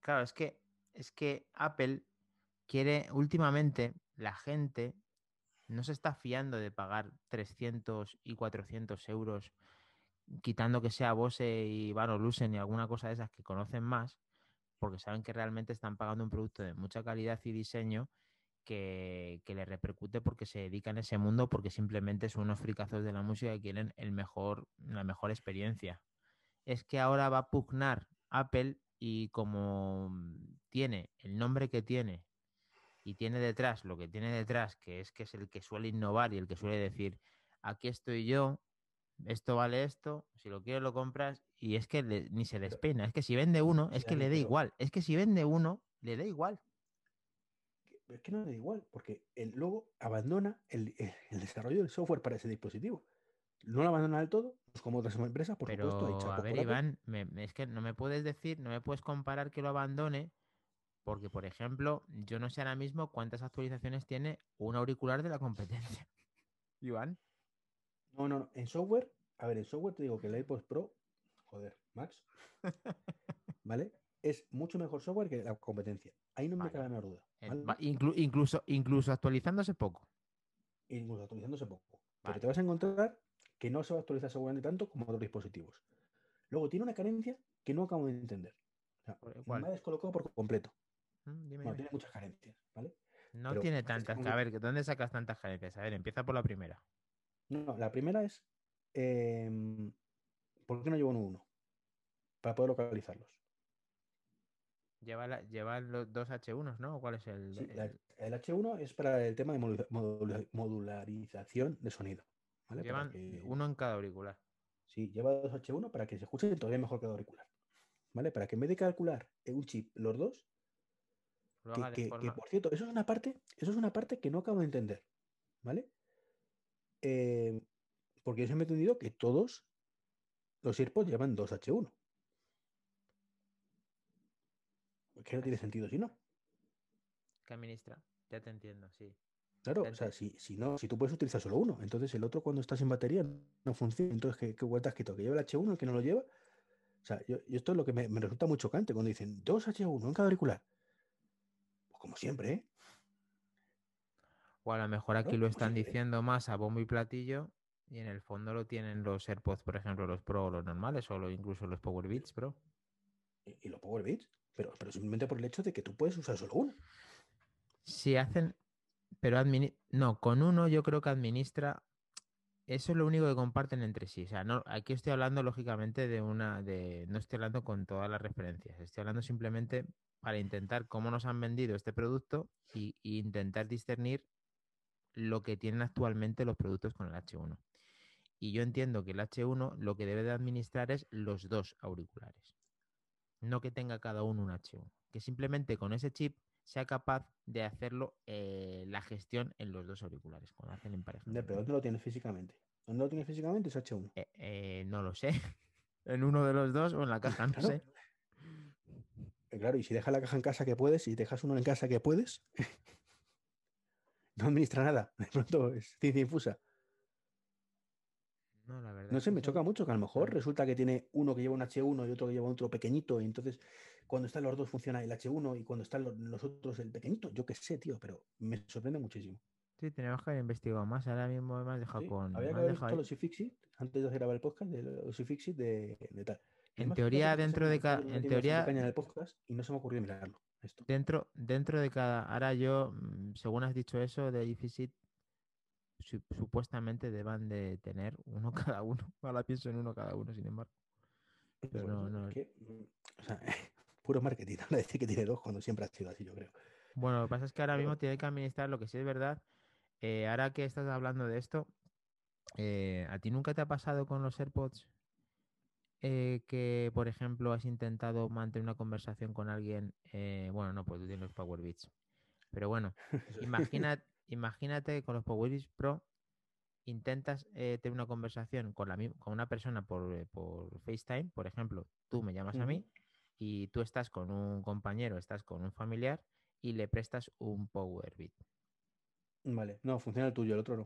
B: Claro, es que, es que Apple quiere, últimamente, la gente no se está fiando de pagar trescientos y cuatrocientos euros, quitando que sea Bose y Van Olufsen y alguna cosa de esas que conocen más, porque saben que realmente están pagando un producto de mucha calidad y diseño que, que les repercute porque se dedican a ese mundo, porque simplemente son unos fricazos de la música y quieren el mejor, la mejor experiencia. Es que ahora va a pugnar Apple y como tiene el nombre que tiene y tiene detrás lo que tiene detrás, que es que es el que suele innovar y el que suele decir, aquí estoy yo, esto vale esto, si lo quieres lo compras, y es que le- ni se
A: Pero,
B: despeina, es que si vende uno,
A: sí,
B: es que
A: Dani,
B: le da
A: pero
B: igual, es que si vende uno, le da igual.
A: que- es que no da igual, porque él luego abandona el, el- el desarrollo del software para ese dispositivo. No lo abandona del todo, pues como otras empresas, por supuesto, hay
B: Pero, a
A: chapó
B: ver,
A: por Apple.
B: Iván, me- me- es que no me puedes decir, no me puedes comparar que lo abandone, porque, por ejemplo, yo no sé ahora mismo cuántas actualizaciones tiene un auricular de la competencia. Iván.
A: No, no, no. En software, a ver, en software te digo que el AirPods Pro, joder, Max, ¿vale? Es mucho mejor software que la competencia. Ahí no me cabe
B: Vale.
A: la menor duda,
B: Eh, va-
A: ¿vale?
B: inclu- incluso, incluso actualizándose poco.
A: Incluso actualizándose poco. Pero te
B: Vale.
A: vas a encontrar que no se va a actualizar seguramente tanto como otros dispositivos. Luego tiene una carencia que no acabo de entender. O sea,
B: ¿Cu-
A: me
B: ¿Cuál?
A: ha descolocado por completo.
B: Mm, Dime,
A: Bueno,
B: dime.
A: tiene muchas carencias, ¿vale?
B: No
A: Pero
B: tiene
A: esta
B: tantas.
A: en
B: Que, a
A: concreto-
B: ver, ¿dónde sacas tantas carencias? A ver, empieza por la primera.
A: no, no, la primera es, em, ¿por qué no llevo un uno? Para poder localizarlos.
B: Lleva, la- lleva los dos H uno, ¿no? ¿O ¿Cuál es el,
A: Sí, la-
B: el-
A: el H uno es para el tema de modula- modula- modularización de sonido, ¿vale? Para
B: Llevan
A: que,
B: uno en cada auricular.
A: sí, lleva dos H uno para que se escuche todavía mejor que el auricular, ¿vale? Para que en vez de calcular en un chip los dos,
B: Lo
A: que,
B: haga de
A: que- que,
B: forma...
A: por cierto, eso es una parte, eso es una parte que no acabo de entender, ¿vale? Eh, porque yo siempre he entendido que todos los AirPods llevan dos H uno, que no tiene
B: Así
A: sentido si no.
B: que administra. Ya te entiendo, sí.
A: Claro,
B: Ya
A: o sea,
B: te-
A: si, si no, si tú puedes utilizar solo uno, entonces el otro cuando está sin batería no funciona. Entonces, ¿qué, qué vueltas quito? ¿Que lleva el H uno, el que no lo lleva? O sea, yo, yo esto es lo que me, me resulta muy chocante cuando dicen dos H uno en cada auricular. Pues como siempre, ¿eh?
B: O a lo mejor aquí
A: Claro,
B: lo
A: como
B: están
A: siempre.
B: diciendo más a bombo y platillo y en el fondo lo tienen los AirPods, por ejemplo, los Pro o los normales o lo- incluso los Power Beats Pro.
A: Y, y los Power Beats, pero, pero simplemente por el hecho de que tú puedes usar solo uno.
B: Si hacen, pero admini- no, con uno yo creo que administra, eso es lo único que comparten entre sí. O sea, no, aquí estoy hablando lógicamente de una, de, no estoy hablando con todas las referencias, estoy hablando simplemente para intentar cómo nos han vendido este producto y, y intentar discernir lo que tienen actualmente los productos con el H uno. Y yo entiendo que el H uno lo que debe de administrar es los dos auriculares, no que tenga cada uno un H uno, que simplemente con ese chip sea capaz de hacerlo eh, la gestión en los dos auriculares, cuando hacen
A: De,
B: emparejamiento.
A: pero ¿dónde lo tienes físicamente? ¿Dónde lo tienes físicamente? Es H uno.
B: Eh, eh, no lo sé, en uno de los dos o en la caja, no
A: Claro,
B: sé.
A: eh, claro, y si dejas la caja en casa que puedes, y dejas uno en casa que puedes, no administra nada. De pronto es ciencia infusa.
B: No, la verdad
A: No
B: es
A: sé,
B: que
A: me
B: eso
A: choca mucho que a lo mejor
B: no.
A: resulta que tiene uno que lleva un H uno y otro que lleva otro pequeñito, y entonces cuando están los dos funciona el H uno y cuando están los, los otros el pequeñito. Yo qué sé, tío, pero me sorprende muchísimo.
B: Sí, tenemos que haber investigado más. Ahora mismo me has dejado
A: Sí,
B: con.
A: había
B: Me
A: que
B: has
A: haber
B: dejado
A: visto
B: ahí.
A: los iFixit antes de grabar el podcast, de los iFixit de, de tal. Y
B: En
A: además, fíjate
B: teoría,
A: que esta
B: dentro
A: semana he
B: de
A: estado
B: cada.
A: yo
B: En
A: metiendo bastante
B: teoría,
A: caña en el podcast y no se me ocurrió mirarlo. Esto.
B: dentro, dentro de cada. Ahora yo, mm, según has dicho eso, de Ifisit, su- supuestamente deban de tener uno cada uno. Ahora pienso en uno cada uno, sin embargo. Pero
A: Por
B: no,
A: eso es
B: no.
A: que, mm, o sea, puro marketing. No decir que tiene dos cuando siempre ha sido así, yo creo.
B: Bueno, lo que pasa es que ahora
A: Pero
B: mismo
A: bueno,
B: tiene que administrar lo que sí es verdad. Eh, ahora que estás hablando de esto, eh, ¿a ti nunca te ha pasado con los AirPods eh, que, por ejemplo, has intentado mantener una conversación con alguien? Eh, bueno, no, pues tú tienes los Power Beats. Pero bueno,
A: eso es.
B: imagina, imagínate que con los Power Beats Pro intentas eh, tener una conversación con, la, mi- con una persona por, eh, por FaceTime, por ejemplo, tú me llamas a
A: Ujú.
B: mí y tú estás con un compañero, estás con un familiar y le prestas un Power Beat.
A: Vale, no, funciona el tuyo, el otro no.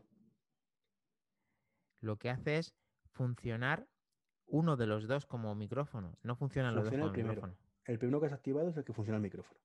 B: Lo que hace es funcionar uno de los dos como micrófono, no funcionan los dos
A: Funciona el
B: como
A: primero.
B: micrófono.
A: El primero que has activado es el que funciona el micrófono.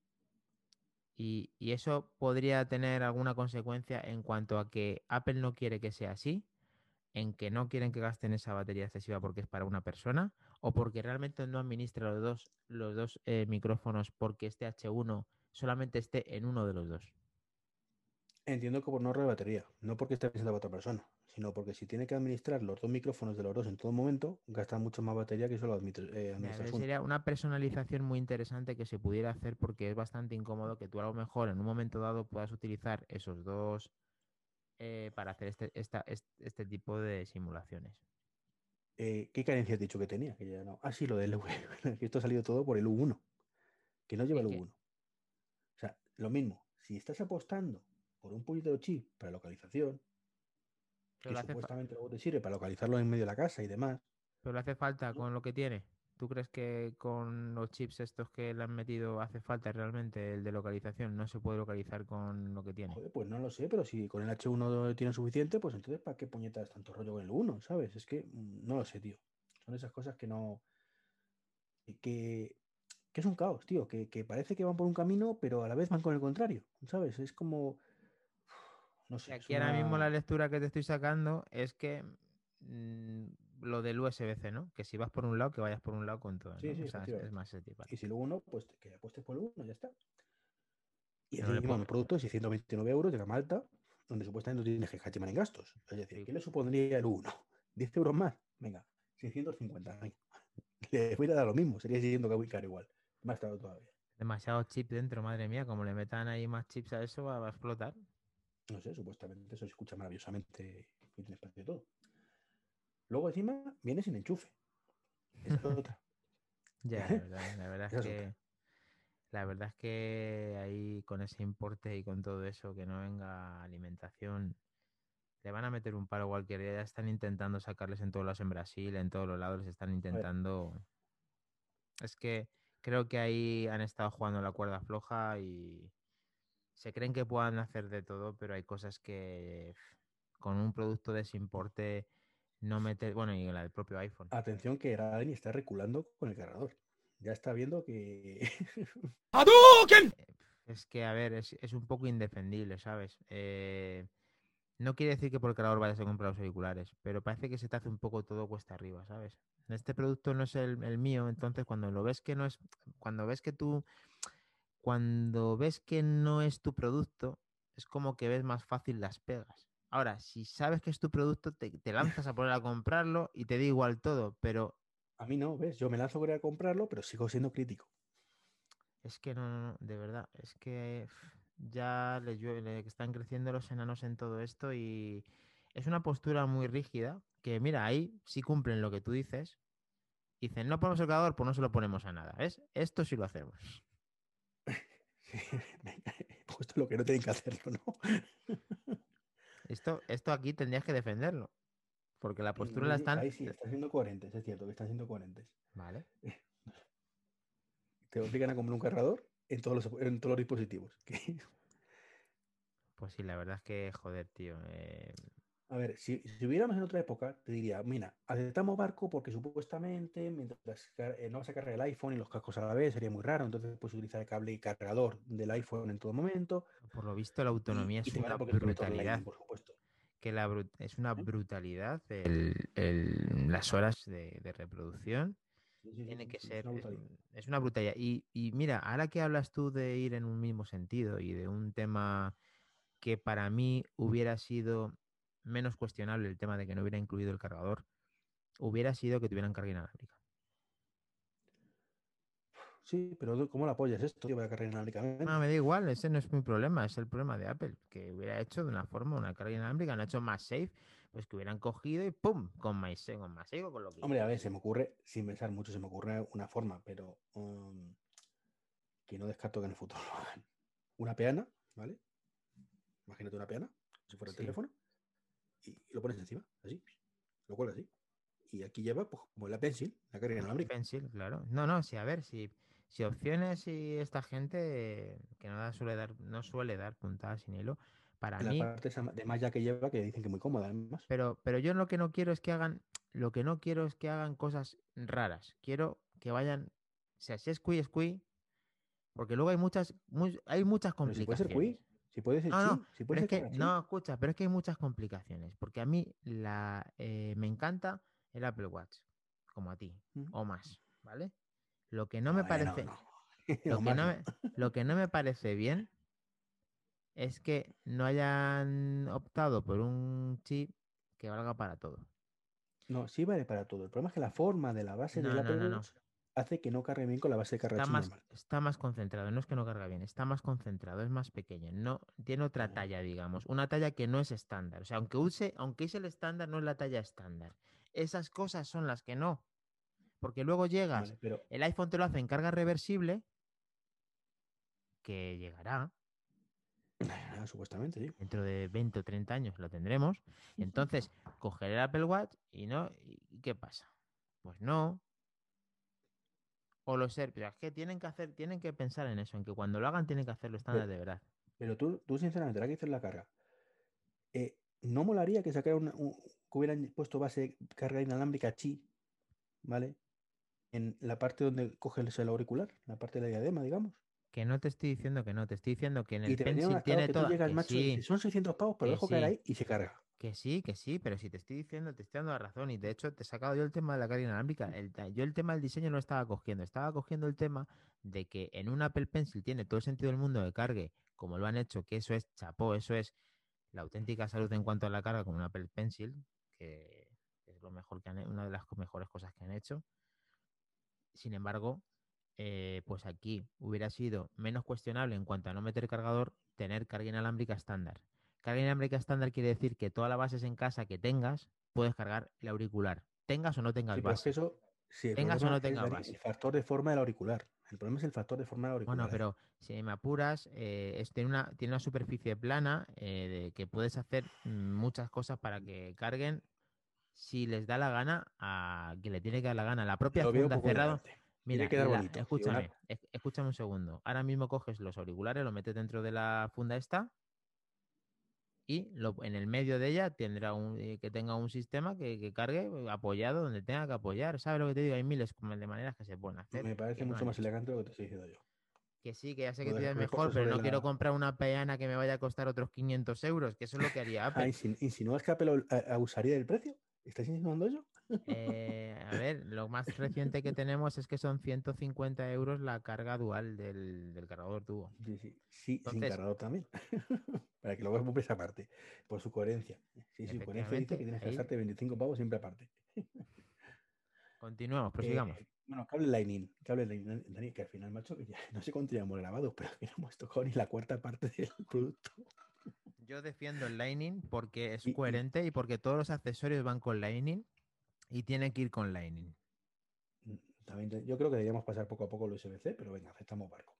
B: Y, y eso podría tener alguna consecuencia en cuanto a que Apple no quiere que sea así, en que no quieren que gasten esa batería excesiva porque es para una persona, o porque realmente no administra los dos, los dos eh, micrófonos porque este H uno solamente esté en uno de los dos.
A: Entiendo que por no ahorro de batería, no porque esté pensando para otra persona, sino porque si tiene que administrar los dos micrófonos de los dos en todo momento, gasta mucho más batería que solo admit- eh,
B: Ya,
A: administras
B: entonces
A: uno.
B: sería una personalización muy interesante que se pudiera hacer porque es bastante incómodo que tú a lo mejor en un momento dado puedas utilizar esos dos eh, para hacer este, esta, este, este tipo de simulaciones.
A: Eh, ¿qué carencia has dicho que tenía? Que ya no. Ah, sí, lo del U. Que esto ha salido todo por el U uno, que no lleva
B: Sí,
A: el
B: que,
A: U uno. O sea, lo mismo, si estás apostando por un puñetero chip para localización,
B: pero
A: que
B: le hace, fa-
A: supuestamente luego te sirve para localizarlo en medio de la casa y demás,
B: pero le hace falta
A: ¿no?
B: con lo que tiene. ¿Tú crees que con los chips estos que le han metido hace falta realmente el de localización? No se puede localizar con lo que tiene.
A: Joder, pues no lo sé, pero si con el H uno tiene suficiente, pues entonces ¿para qué puñetas tanto rollo con el uno? ¿Sabes? Es que mm, no lo sé, tío. Son esas cosas que no. Que, que es un caos, tío. Que, que parece que van por un camino, pero a la vez van con el contrario. ¿Sabes? Es como. No
B: Y
A: sé, es
B: aquí ahora mismo la
A: una.
B: lectura que te estoy sacando es que mm, lo del U S B-C, ¿no? Que si vas por un lado, que vayas por un lado con todo,
A: Sí,
B: ¿no?
A: sí,
B: O sea, es, es
A: efectivamente.
B: más ese tipo.
A: Y si luego no, pues que apuestes por el uno, ya está. Y
B: Pero no le
A: encima
B: puedo.
A: un producto de seiscientos veintinueve euros de gama alta, donde supuestamente no tienes que escatimar en gastos. Es decir,
B: Sí,
A: ¿qué le supondría el uno? ¿diez euros más? Venga, seiscientos cincuenta. Venga. Le voy a dar lo mismo, sería siendo que voy caro igual. Más caro todavía.
B: demasiado chip dentro, madre mía. Como le metan ahí más chips a eso, va, va a explotar.
A: No sé, supuestamente eso se escucha maravillosamente y tiene espacio y todo. Luego encima viene sin enchufe. Esa es otra.
B: Ya, la verdad, la verdad es
A: Esa es otra.
B: que la verdad es que ahí con ese importe y con todo eso, que no venga alimentación, le van a meter un palo cualquier día. Ya están intentando sacarles en todos lados en Brasil, en todos los lados les están
A: A ver,
B: intentando. Es que creo que ahí han estado jugando la cuerda floja y se creen que puedan hacer de todo, pero hay cosas que pf, con un producto de ese importe no meter, bueno, y la del propio iPhone.
A: atención que Gradini está reculando con el cargador. Ya está viendo que.
B: Eh, Es que, a ver, es, es un poco indefendible, ¿sabes? Eh, no quiere decir que por el calor vayas a comprar los auriculares, pero parece que se te hace un poco todo cuesta arriba, ¿sabes? Este producto no es el, el mío, entonces cuando lo ves que no es, cuando ves que tú, cuando ves que no es tu producto, es como que ves más fácil las pegas. Ahora, si sabes que es tu producto, te, te lanzas a poner a comprarlo y te da igual todo, pero
A: A mí no, ¿ves? Yo me lanzo a querer comprarlo, pero sigo siendo crítico.
B: es que no, no, no, de verdad, es que uf, ya les llueve, le están creciendo los enanos en todo esto y es una postura muy rígida que, mira, ahí sí cumplen lo que tú dices. Dicen, no ponemos el cargador, pues no se lo ponemos a nada, ¿ves? Esto sí lo hacemos.
A: Venga, pues esto es lo que no tienen que hacerlo, ¿no?
B: Esto, esto aquí tendrías que defenderlo, porque la postura la
A: Mm,
B: están...
A: ahí sí, están siendo coherentes, es cierto que están siendo coherentes.
B: Vale,
A: Te obligan a comprar un cargador en todos los, en todos los dispositivos. Que-
B: pues sí, la verdad es que, joder, tío. eh,
A: A ver, si, si hubiéramos en otra época, te diría, mira, aceptamos barco porque supuestamente mientras car- eh, no vas a cargar el iPhone y los cascos a la vez sería muy raro, entonces puedes utilizar el cable y cargador del iPhone en todo momento
B: por lo visto, la
A: y,
B: autonomía
A: y
B: es
A: te vale
B: una
A: porque es conector
B: brutalidad.
A: Lightning, por supuesto.
B: Que la bru- es una
A: ¿Eh?
B: brutalidad el- el- las horas de de reproducción.
A: Sí, sí, sí,
B: Tiene
A: sí,
B: que
A: sí, es
B: ser,
A: una
B: es,
A: brutalidad.
B: un- es una brutalidad. Y, y mira, ahora que hablas tú de ir en un mismo sentido y de un tema que para mí hubiera sido menos cuestionable, el tema de que no hubiera incluido el cargador, hubiera sido que tuvieran carga inalámbrica.
A: Sí, pero ¿cómo lo apoyas esto? Yo voy a cargar
B: No,
A: inalámbricamente.
B: me da igual, ese no es mi problema, es el problema de Apple, que hubiera hecho de una forma una carga inalámbrica, no ha hecho más safe, pues que hubieran cogido y ¡pum! Con MySafe, con MySafe o con lo que
A: Hombre, a ver,
B: quieras.
A: se me ocurre, sin pensar mucho, se me ocurre una forma, pero um, que no descarto que en el futuro lo hagan. Una peana, ¿vale? Imagínate una peana, si fuera el
B: Sí,
A: teléfono, y, y lo pones encima, así, lo cuelgas así. Y aquí lleva, pues, como la Pencil, la carga
B: como el
A: inalámbrica.
B: Pencil, claro. No, no, sí, a ver, si, si opciones y esta gente eh, que no da- suele dar, no suele dar puntadas sin hilo, para
A: En la
B: mí,
A: parte esa de malla que lleva, que dicen que es muy cómoda, además.
B: pero, pero yo lo que no quiero es que hagan, lo que no quiero es que hagan cosas raras. Quiero que vayan O sea, si es Qi, es Qi, porque luego hay muchas, mu- hay muchas
A: Pero si puede ser
B: complicaciones.
A: Qi, si puede ser
B: No, no,
A: Chi, si puede
B: pero es
A: ser
B: que,
A: cámara Chi.
B: no, escucha, pero es que hay muchas complicaciones, porque a mí la, eh, me encanta el Apple Watch, como a ti,
A: Mm.
B: o más, ¿vale? Lo que no me
A: No, eh, no,
B: parece,
A: no.
B: lo
A: O
B: que
A: más
B: no
A: no.
B: me, lo que no me parece bien es que no hayan optado por un chip que valga para todo.
A: No, sí vale para todo. El problema es que la forma de la base del
B: No, no,
A: Apple
B: no, no.
A: Watch hace que no cargue bien con la base de carga
B: Está
A: Chi
B: más,
A: normal.
B: está más concentrado, no es que no carga bien, está más concentrado, es más pequeño, no tiene otra
A: No,
B: talla, digamos, una talla que no es estándar. O sea, aunque use, aunque es el estándar, no es la talla estándar. Esas cosas son las que no. Porque luego llegas,
A: vale, pero
B: el iPhone te lo hace en carga reversible, que llegará,
A: ah, supuestamente, sí.
B: dentro de veinte o treinta años lo tendremos. Entonces, coger el Apple Watch y no, ¿y qué pasa? Pues no. O los AirPods, es que tienen que hacer, tienen que pensar en eso, en que cuando lo hagan tienen que hacerlo estándar
A: Pero,
B: de verdad.
A: pero tú, tú, sinceramente, ahora que dices la carga, eh, ¿no molaría que sacaran una- un- que hubieran puesto base de carga inalámbrica Chi, ¿vale? En la parte donde coges el auricular, la parte de la diadema, digamos.
B: Que no te estoy diciendo que no, te estoy diciendo que en
A: Y
B: el
A: te vendría un
B: Pencil
A: adaptador
B: tiene
A: que tú
B: toda.
A: llegas,
B: Que
A: macho, y
B: sí,
A: dices, son seiscientos pavos, pero lo
B: que
A: dejo caer
B: sí,
A: ahí y se carga.
B: que sí, que sí, pero si te estoy diciendo, te estoy dando la razón. Y de hecho, te he sacado yo el tema de la carga inalámbrica. El ta- yo el tema del diseño no lo estaba cogiendo, estaba cogiendo el tema de que en un Apple Pencil tiene todo el sentido del mundo de cargue, como lo han hecho, que eso es chapó, eso es la auténtica salud en cuanto a la carga con un Apple Pencil, que es lo mejor que han, he- una de las co- mejores cosas que han hecho. Sin embargo, eh, pues aquí hubiera sido menos cuestionable en cuanto a no meter cargador tener carga inalámbrica estándar. Carga inalámbrica estándar quiere decir que todas las bases en casa que tengas, puedes cargar el auricular, tengas o no tengas
A: Sí, pero es que
B: base,
A: eso, sí, el
B: tengas o
A: problema
B: no
A: es,
B: tengas
A: Dani, el
B: base.
A: factor de forma del auricular. El problema es el factor de forma del
B: Bueno,
A: auricular ahí.
B: pero si me apuras, eh, es- tiene una, tiene una superficie plana eh, de que puedes hacer mm, muchas cosas para que carguen si les da la gana a que le tiene que dar la gana. La propia
A: Lo veo un
B: funda
A: poco
B: cerrado.
A: elegante. Quiere
B: Mira,
A: quedar
B: la,
A: bonito. Y una...
B: escúchame, esc- escúchame un segundo. Ahora mismo coges los auriculares, los metes dentro de la funda esta y lo, en el medio de ella tendrá un, eh, que tenga un sistema que, que cargue eh, apoyado donde tenga que apoyar. ¿Sabes lo que te digo? Hay miles como de maneras que se pueden hacer
A: Me parece
B: que no
A: mucho
B: han
A: más
B: hecho.
A: elegante lo que te estoy diciendo yo.
B: Que sí, que ya sé que
A: Lo,
B: tú
A: de-
B: ya es
A: lo he
B: mejor,
A: puesto
B: pero
A: sobre
B: no quiero
A: la...
B: comprar una peana que me vaya a costar otros quinientos euros, que eso es lo que haría
A: Ah,
B: Apple.
A: insin- ¿insinúas que Apple ol- a- abusaría del precio? ¿Estás insinuando eso?
B: Eh, a ver, lo más reciente que tenemos es que son ciento cincuenta euros la carga dual del, del cargador tubo.
A: Sí, sí, sí, sin
B: Entonces,
A: cargador también. Para que lo veas por esa parte, por su coherencia. Sí, su coherencia dice que
B: efectivamente,
A: tienes que
B: ahí
A: gastarte veinticinco pavos siempre aparte.
B: continuamos,
A: Eh,
B: prosigamos.
A: bueno, cable Lightning, cable Lightning, Dani, que al final, macho, que ya no sé cuánto llevamos grabado, pero que no hemos tocado ni la cuarta parte del producto.
B: Yo defiendo el Lightning porque es
A: Y, y,
B: coherente y porque todos los accesorios van con Lightning y tienen que ir con Lightning.
A: mm, también te- yo creo que deberíamos pasar poco a poco el U S B C, pero venga, aceptamos barco.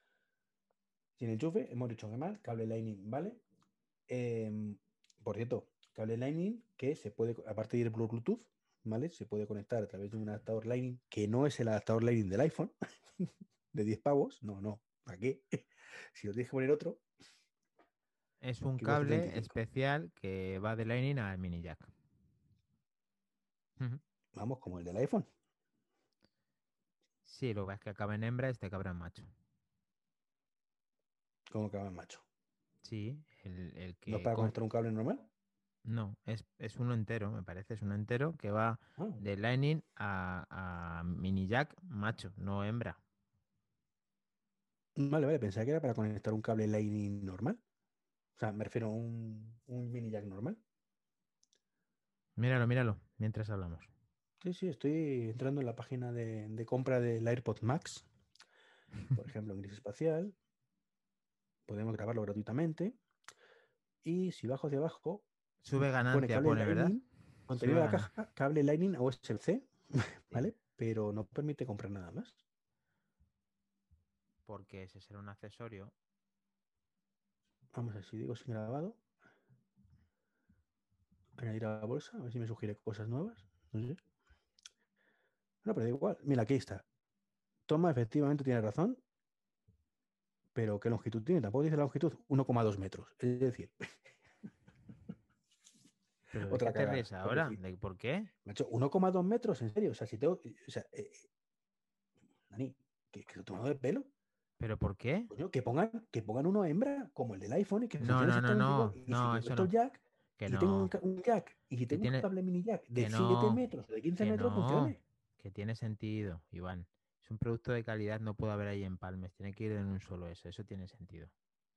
A: Sin enchufe, hemos dicho que mal, cable Lightning, ¿vale? Em, por cierto, cable Lightning que se puede, aparte de ir por Bluetooth, ¿vale? Se puede conectar a través de un adaptador Lightning que no es el adaptador Lightning del iPhone, de diez pavos. No, no, ¿para qué? Si lo tienes que poner otro,
B: Es un
A: que cuesta
B: cable
A: treinta y cinco.
B: especial que va de Lightning al mini jack. Ujú.
A: Vamos, como el del iPhone.
B: Sí, lo que pasa es que acaba en hembra, este cabra en macho.
A: Como que va en macho.
B: Sí, el, el
A: ¿No es
B: que
A: para
B: con-
A: conectar un cable normal?
B: no, es, es uno entero, me parece, es uno entero que va
A: Ah,
B: de Lightning a, a mini jack macho, no hembra.
A: vale, vale, pensaba que era para conectar un cable Lightning normal. O sea, me refiero a un, un mini jack normal.
B: Míralo, míralo, mientras hablamos.
A: Sí, sí, estoy entrando en la página de, de compra del AirPod Max, por ejemplo, en Gris Espacial. Podemos grabarlo gratuitamente. Y si bajo hacia abajo,
B: Sube
A: pone
B: ganancia,
A: cable
B: pone, ¿verdad?
A: Lightning, contenido
B: Sube
A: de la
B: ganancia.
A: caja, cable Lightning a U S B C,
B: Sí,
A: ¿vale? Pero no permite comprar nada más.
B: porque ese será un accesorio.
A: Vamos a ver si digo sin grabado. Añadir a la bolsa, a ver si me sugiere cosas nuevas. No sé. No, pero da igual. Mira, aquí está. Toma, efectivamente tiene razón, pero ¿qué longitud tiene? Tampoco dice la longitud, uno coma dos metros. Es decir,
B: ¿Pero de qué
A: otra
B: te
A: cagada.
B: ríes
A: Porque
B: ahora?
A: si,
B: ¿De por qué?
A: macho, uno coma dos metros, en serio. O sea, si tengo. O sea, eh, Dani, ¿que, que estoy tomando de pelo?
B: ¿Pero por qué?
A: Coño, que pongan, que pongan uno hembra, como el del iPhone, y que
B: No,
A: funcione
B: no, no,
A: exactamente igual.
B: no,
A: Y si
B: no,
A: le
B: eso
A: meto el
B: no.
A: jack,
B: Que
A: y tengo un,
B: no,
A: ca- un jack, y si
B: que
A: tengo un
B: tiene,
A: cable mini jack de
B: que
A: siete
B: no,
A: metros o de quince
B: que
A: metros,
B: no,
A: funcione.
B: que tiene sentido, Iván. Es un producto de calidad, no puede haber ahí empalmes, tiene que ir en un solo eso, eso tiene sentido.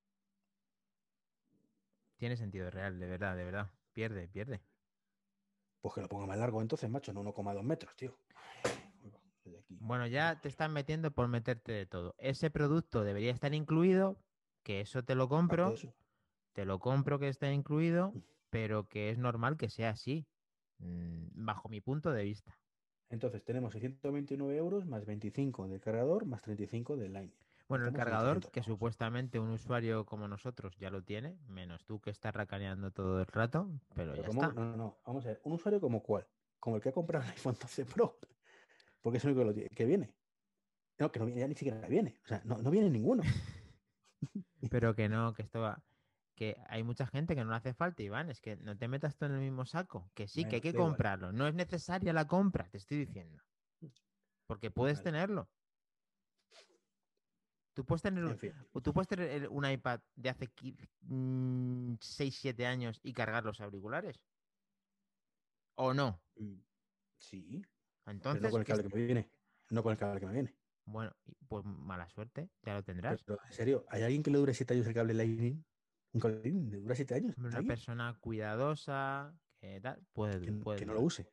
B: Tiene sentido real, de verdad, de verdad. Pierde, pierde.
A: Pues que lo ponga más largo entonces, macho, no uno coma dos metros, tío. Uy, va, desde aquí.
B: Bueno, ya te están metiendo por meterte de todo. Ese producto debería estar incluido, que eso te lo
A: Aparte de
B: compro,
A: eso.
B: te lo compro que está incluido, pero que es normal que sea así, mm, bajo mi punto de vista.
A: Entonces tenemos seiscientos veintinueve euros más veinticinco del cargador más treinta y cinco del Lightning.
B: Bueno, el
A: Estamos en
B: cargador,
A: ochocientos
B: que
A: pavos.
B: supuestamente un usuario como nosotros ya lo tiene, menos tú que estás racaneando todo el rato, pero
A: Pero
B: ya
A: como,
B: está.
A: no, no, no. Vamos a ver, un usuario como cuál. Como el que ha comprado el iPhone doce Pro. Porque es el único que, lo tiene- que viene. No, que no viene, ya ni siquiera viene. O sea, no, no viene ninguno.
B: Pero que no, que esto va, que hay mucha gente que no le hace falta, Iván, es que no te metas tú en el mismo saco, que sí, que hay
A: Bueno,
B: que
A: da igual.
B: comprarlo, no es necesaria la compra, te estoy diciendo, porque puedes
A: Vale.
B: tenerlo. Tú puedes tener,
A: En
B: un-
A: fin.
B: o tú puedes tener el- un iPad de hace seis siete años y cargar los auriculares, ¿o no?
A: Mm, sí, pero no
B: Entonces,
A: con el
B: ¿qué es?
A: cable que me viene. No con el cable que me viene.
B: Bueno, y- pues mala suerte, ya lo tendrás.
A: Pero, en serio, ¿hay alguien que le dure siete años el cable Lightning? ¿Un cable Lightning le dura siete años?
B: Hombre, una
A: ¿Alguien?
B: persona cuidadosa, que tal, puede,
A: Que,
B: puede
A: que no lo
B: durar.
A: use.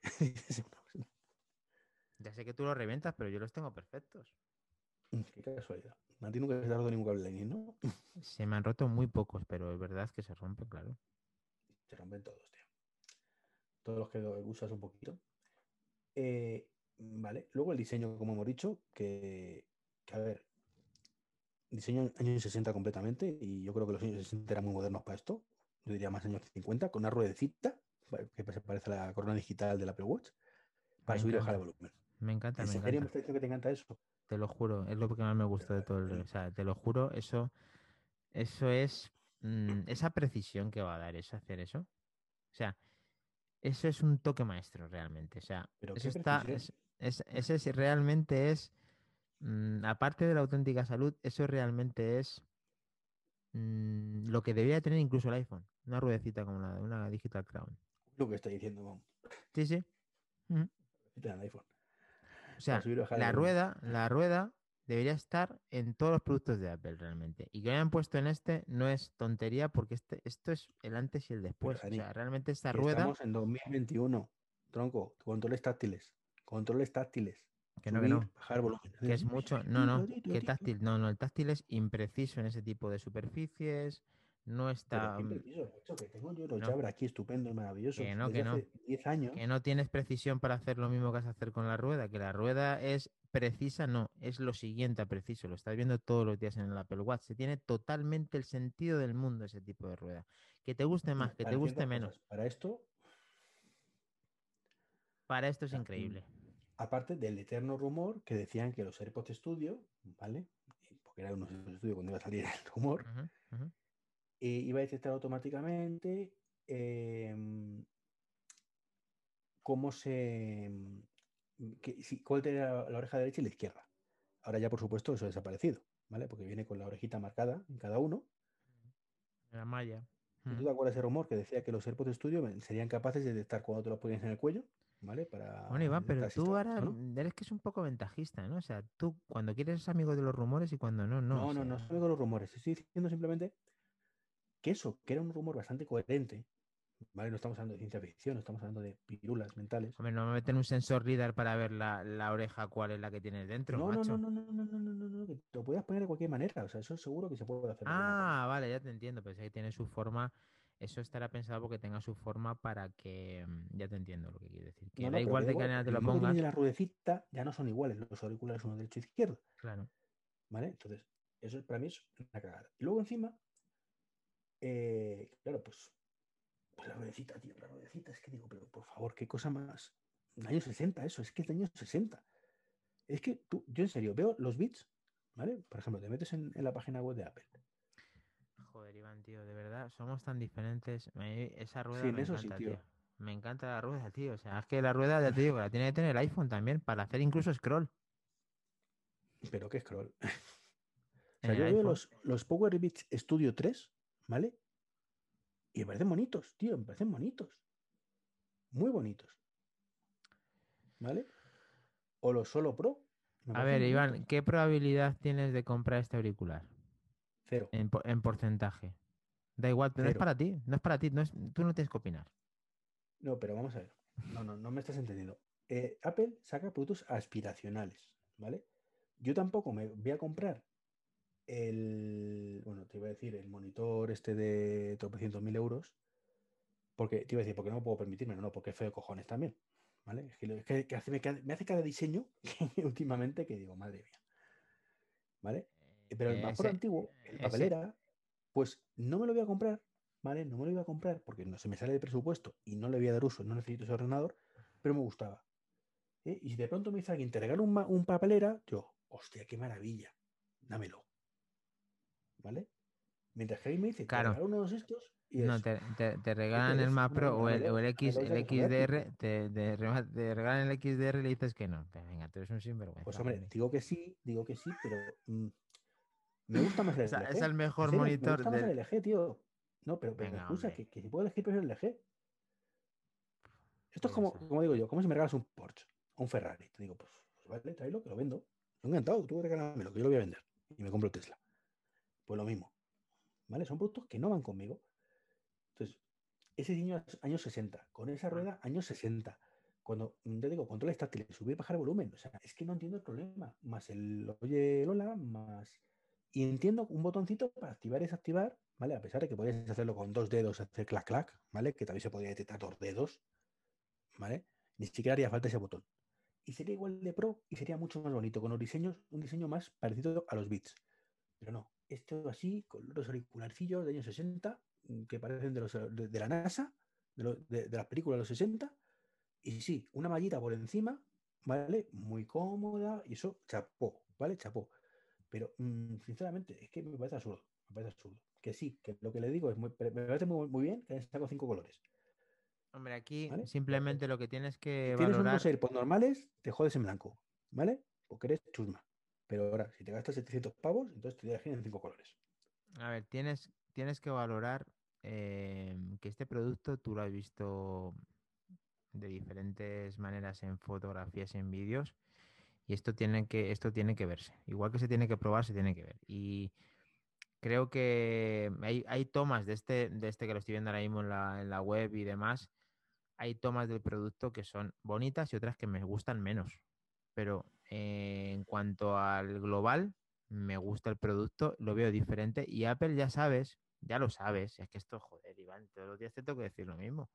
B: Ya sé que tú los reventas, pero yo los tengo perfectos.
A: Mm, qué casualidad. A ti nunca se te ha roto ningún cable Lightning, ¿no?
B: Se me han roto muy pocos, pero es verdad que se rompen, claro.
A: Se rompen todos, tío. Todos los que usas un poquito. Eh, vale. Luego el diseño, como hemos dicho, que, que, a ver, diseño años sesenta completamente, y yo creo que los años sesenta eran muy modernos para esto. Yo diría más años cincuenta, con una ruedecita, que se parece a la corona digital del Apple Watch,
B: Me
A: para subir y bajar el
B: encanta,
A: volumen.
B: me encanta,
A: ¿En
B: me
A: serio me
B: encanta.
A: está diciendo que te encanta eso?
B: Te lo juro, es lo que más me
A: Pero,
B: gusta de todo el...
A: Dani,
B: O sea, te lo juro, eso, eso es... mm, esa precisión que va a dar eso, hacer eso. O sea, eso es un toque maestro realmente. O sea,
A: pero
B: eso
A: qué
B: está...
A: precisión.
B: Es, es- ese es- realmente es... mm, aparte de la auténtica salud, eso realmente es mm, lo que debería tener incluso el iPhone. Una ruedecita como la de una Digital Crown.
A: Lo que está diciendo, vamos,
B: Sí, sí. Ujú.
A: en el iPhone,
B: O
A: para
B: sea,
A: subir y bajar el
B: la
A: volumen.
B: rueda, la rueda debería estar en todos los productos de Apple realmente. Y que lo hayan puesto en este no es tontería porque este, esto es el antes y el
A: Pero,
B: después. O
A: Dani,
B: sea, realmente esta
A: que
B: rueda,
A: estamos en dos mil veintiuno, tronco, controles táctiles, controles táctiles,
B: que no, que
A: subir,
B: no,
A: bajar volumen.
B: que es
A: Así,
B: mucho, no,
A: tito,
B: no,
A: tito,
B: que
A: tito.
B: táctil, no, no, el táctil es impreciso en ese tipo de superficies, no
A: Pero
B: está,
A: qué
B: mm,
A: preciso, macho, que tengo yo
B: que
A: los
B: no,
A: Jabra aquí estupendos,
B: que
A: maravillosos,
B: no,
A: desde
B: que no.
A: hace diez
B: Que
A: años.
B: no tienes precisión para hacer lo mismo que vas a hacer con la rueda, que la rueda es precisa, no, es lo siguiente a preciso, lo estás viendo todos los días en el Apple Watch, se tiene totalmente el sentido del mundo ese tipo de rueda. Que te guste
A: No,
B: más, que te
A: para
B: guste
A: ciertas
B: menos,
A: cosas. Para esto, o
B: para esto es
A: sea, mm,
B: increíble.
A: aparte del eterno rumor que decían que los AirPods Studio, ¿vale? Porque era unos AirPods Studio cuando iba a salir el rumor,
B: Ujú, ujú.
A: eh, iba a detectar automáticamente eh, cómo se. mm, que- si- cuál era la oreja derecha y la izquierda. Ahora ya, por supuesto, eso ha desaparecido, ¿vale? Porque viene con la orejita marcada en cada uno.
B: La malla.
A: ¿Y tú
B: Ujú.
A: te acuerdas ese rumor que decía que los AirPods Studio ven- serían capaces de detectar cuando te los ponías en el cuello, ¿vale?
B: Bueno,
A: Para
B: Iván, pero
A: detectar si
B: tú
A: estabas
B: ahora
A: o no.
B: mm, eres que es un poco ventajista, ¿no? O sea, tú cuando quieres es amigo de los rumores y cuando no, no, o
A: No, no, no
B: sea,
A: estoy con los rumores. Estoy diciendo simplemente que eso, que era un rumor bastante coherente, ¿vale? No estamos hablando de ciencia ficción, no estamos hablando de pirulas mentales.
B: hombre, no me meten un sensor LIDAR para ver la, la oreja cuál es la que tienes dentro,
A: No, no, no,
B: macho.
A: no, no, no, no, no, no, no, que te lo puedes poner de cualquier manera. O sea, eso seguro que se puede hacer de alguna forma.
B: Ah, vale, ya te entiendo. Pensé que tiene su forma. Eso estará pensado porque tenga su forma para que. mm, Ya te entiendo lo que quiere decir. Que
A: No,
B: da
A: no, pero que
B: igual
A: da
B: de qué
A: igual,
B: manera te
A: porque lo
B: lo
A: mismo que tiene
B: pongas.
A: la ruedecita ya no son iguales los auriculares uno derecho e izquierdo,
B: Claro.
A: ¿vale? Entonces, eso es- para mí es una cagada. Y luego encima, eh, claro, pues, pues la ruedecita, tío, la ruedecita, es que digo, pero por favor, qué cosa más. Años sesenta eso, es que es de años sesenta. Es que tú, yo en serio, veo los bits, ¿vale? Por ejemplo, te metes en, en la página web de Apple.
B: Joder, Iván, tío, de verdad, somos tan diferentes. Me- esa
A: Sí,
B: rueda
A: en
B: me
A: eso sí,
B: encanta, tío.
A: tío.
B: Me encanta la rueda, tío. O sea, es que la rueda, ya te digo, la tiene que tener el iPhone también para hacer incluso scroll.
A: Pero qué scroll. O
B: En
A: sea,
B: el
A: yo veo
B: iPhone.
A: los, los Power Beats Studio tres, ¿vale? Y me parecen bonitos, tío, me parecen bonitos. Muy bonitos, ¿vale? O los Solo Pro, me
B: A
A: parecen
B: ver,
A: bonitos.
B: Iván, ¿qué probabilidad tienes de comprar este auricular?
A: Cero,
B: En, po- en porcentaje. Da igual, pero no es
A: cero.
B: para ti, no es para ti, no es, tú no tienes que opinar.
A: No, pero vamos a ver. No, no, no me estás entendiendo. Eh, Apple saca productos aspiracionales, ¿vale? Yo tampoco me voy a comprar el, bueno, te iba a decir, el monitor este de tropecientos mil euros, porque te iba a decir, porque no puedo permitirme, no, no, porque es feo de cojones también, ¿vale? Es que, lo- es que- que hace- me, ca- me hace cada diseño que últimamente que digo, madre mía, ¿vale? Eh, Pero el
B: Eh,
A: vapor
B: ese,
A: antiguo, el
B: ese,
A: papelera, pues no me lo voy a comprar, ¿vale? No me lo iba a comprar porque no se me sale de presupuesto y no le voy a dar uso, no necesito ese ordenador, pero me gustaba. ¿Eh? Y si de pronto me dice alguien, te regalo un, ma- un papelera, yo, hostia, qué maravilla, dámelo, ¿vale? Mientras que alguien me dice, te
B: claro,
A: regalo uno de estos, y
B: no,
A: es,
B: te, te, te
A: ¿qué
B: regalan el
A: pereza?
B: Mac
A: No, no,
B: Pro o el, o
A: dámelo,
B: el X,
A: dámelo
B: el
A: ya que son gratis.
B: X D R, te, te, rema- te regalan el X D R y le dices que no. Pues venga, tú eres un
A: Pues
B: sinvergüenza,
A: hombre,
B: hombre.
A: digo que sí, digo que sí, pero mm, me gusta más
B: O
A: el
B: sea, es
A: L G.
B: el
A: En
B: mejor
A: serio, me
B: monitor
A: gusta más el
B: del...
A: L G, tío. No, pero, pero
B: Venga,
A: escucha,
B: hombre.
A: que, que si puedo elegir, prefiero el L G. Esto es
B: Pues ya
A: como,
B: está.
A: como digo yo, como si me regalas un Porsche o un Ferrari. Te digo, pues, pues vale, tráelo, que lo vendo. Estoy encantado, tú regálamelo, que yo lo voy a vender. Y me compro el Tesla. Pues lo mismo, ¿vale? Son productos que no van conmigo. Entonces, ese diseño años sesenta, con esa
B: Ah,
A: rueda años sesenta. Cuando, mm, te digo, controles táctiles, subir y bajar el volumen. O sea, es que no entiendo el problema. Más el oye Lola, más. Y entiendo un botoncito para activar y desactivar, ¿vale? A pesar de que podías hacerlo con dos dedos, hacer clac clac, ¿vale? Que también se podía detectar dos dedos, ¿vale? Ni siquiera haría falta ese botón. Y sería igual de pro y sería mucho más bonito, con los diseños, un diseño más parecido a los Beats. Pero no, esto así, con los auricularcillos de años sesenta, mm, que parecen de, los, de, de la NASA, de, lo- de, de las películas de los sesenta, y sí, una mallita por encima, ¿vale? Muy cómoda, y eso, chapó, ¿vale? Chapó. Pero, mm, sinceramente, es que me parece absurdo, me parece absurdo. Que sí, que lo que le digo es muy, me parece muy, muy bien que hayan sacado cinco colores,
B: hombre, aquí
A: ¿vale? Pero
B: simplemente lo que tienes
A: si
B: que
A: tienes unos
B: valorar...
A: AirPods normales, te jodes en blanco, ¿vale? Porque eres chusma. Pero ahora, si te gastas setecientos pavos, entonces te dejan en cinco colores.
B: A ver, tienes, tienes que valorar eh, que este producto tú lo has visto de diferentes maneras en fotografías y en vídeos. Y esto tiene que, esto tiene que verse. Igual que se tiene que probar, se tiene que ver. Y creo que hay, hay tomas de este, de este que lo estoy viendo ahora mismo en la, en la web y demás. Hay tomas del producto que son bonitas y otras que me gustan menos. Pero eh, en cuanto al global, me gusta el producto, lo veo diferente. Y Apple ya sabes, ya lo sabes. Es que esto, joder, Iván, todos los días te tengo que decir lo mismo.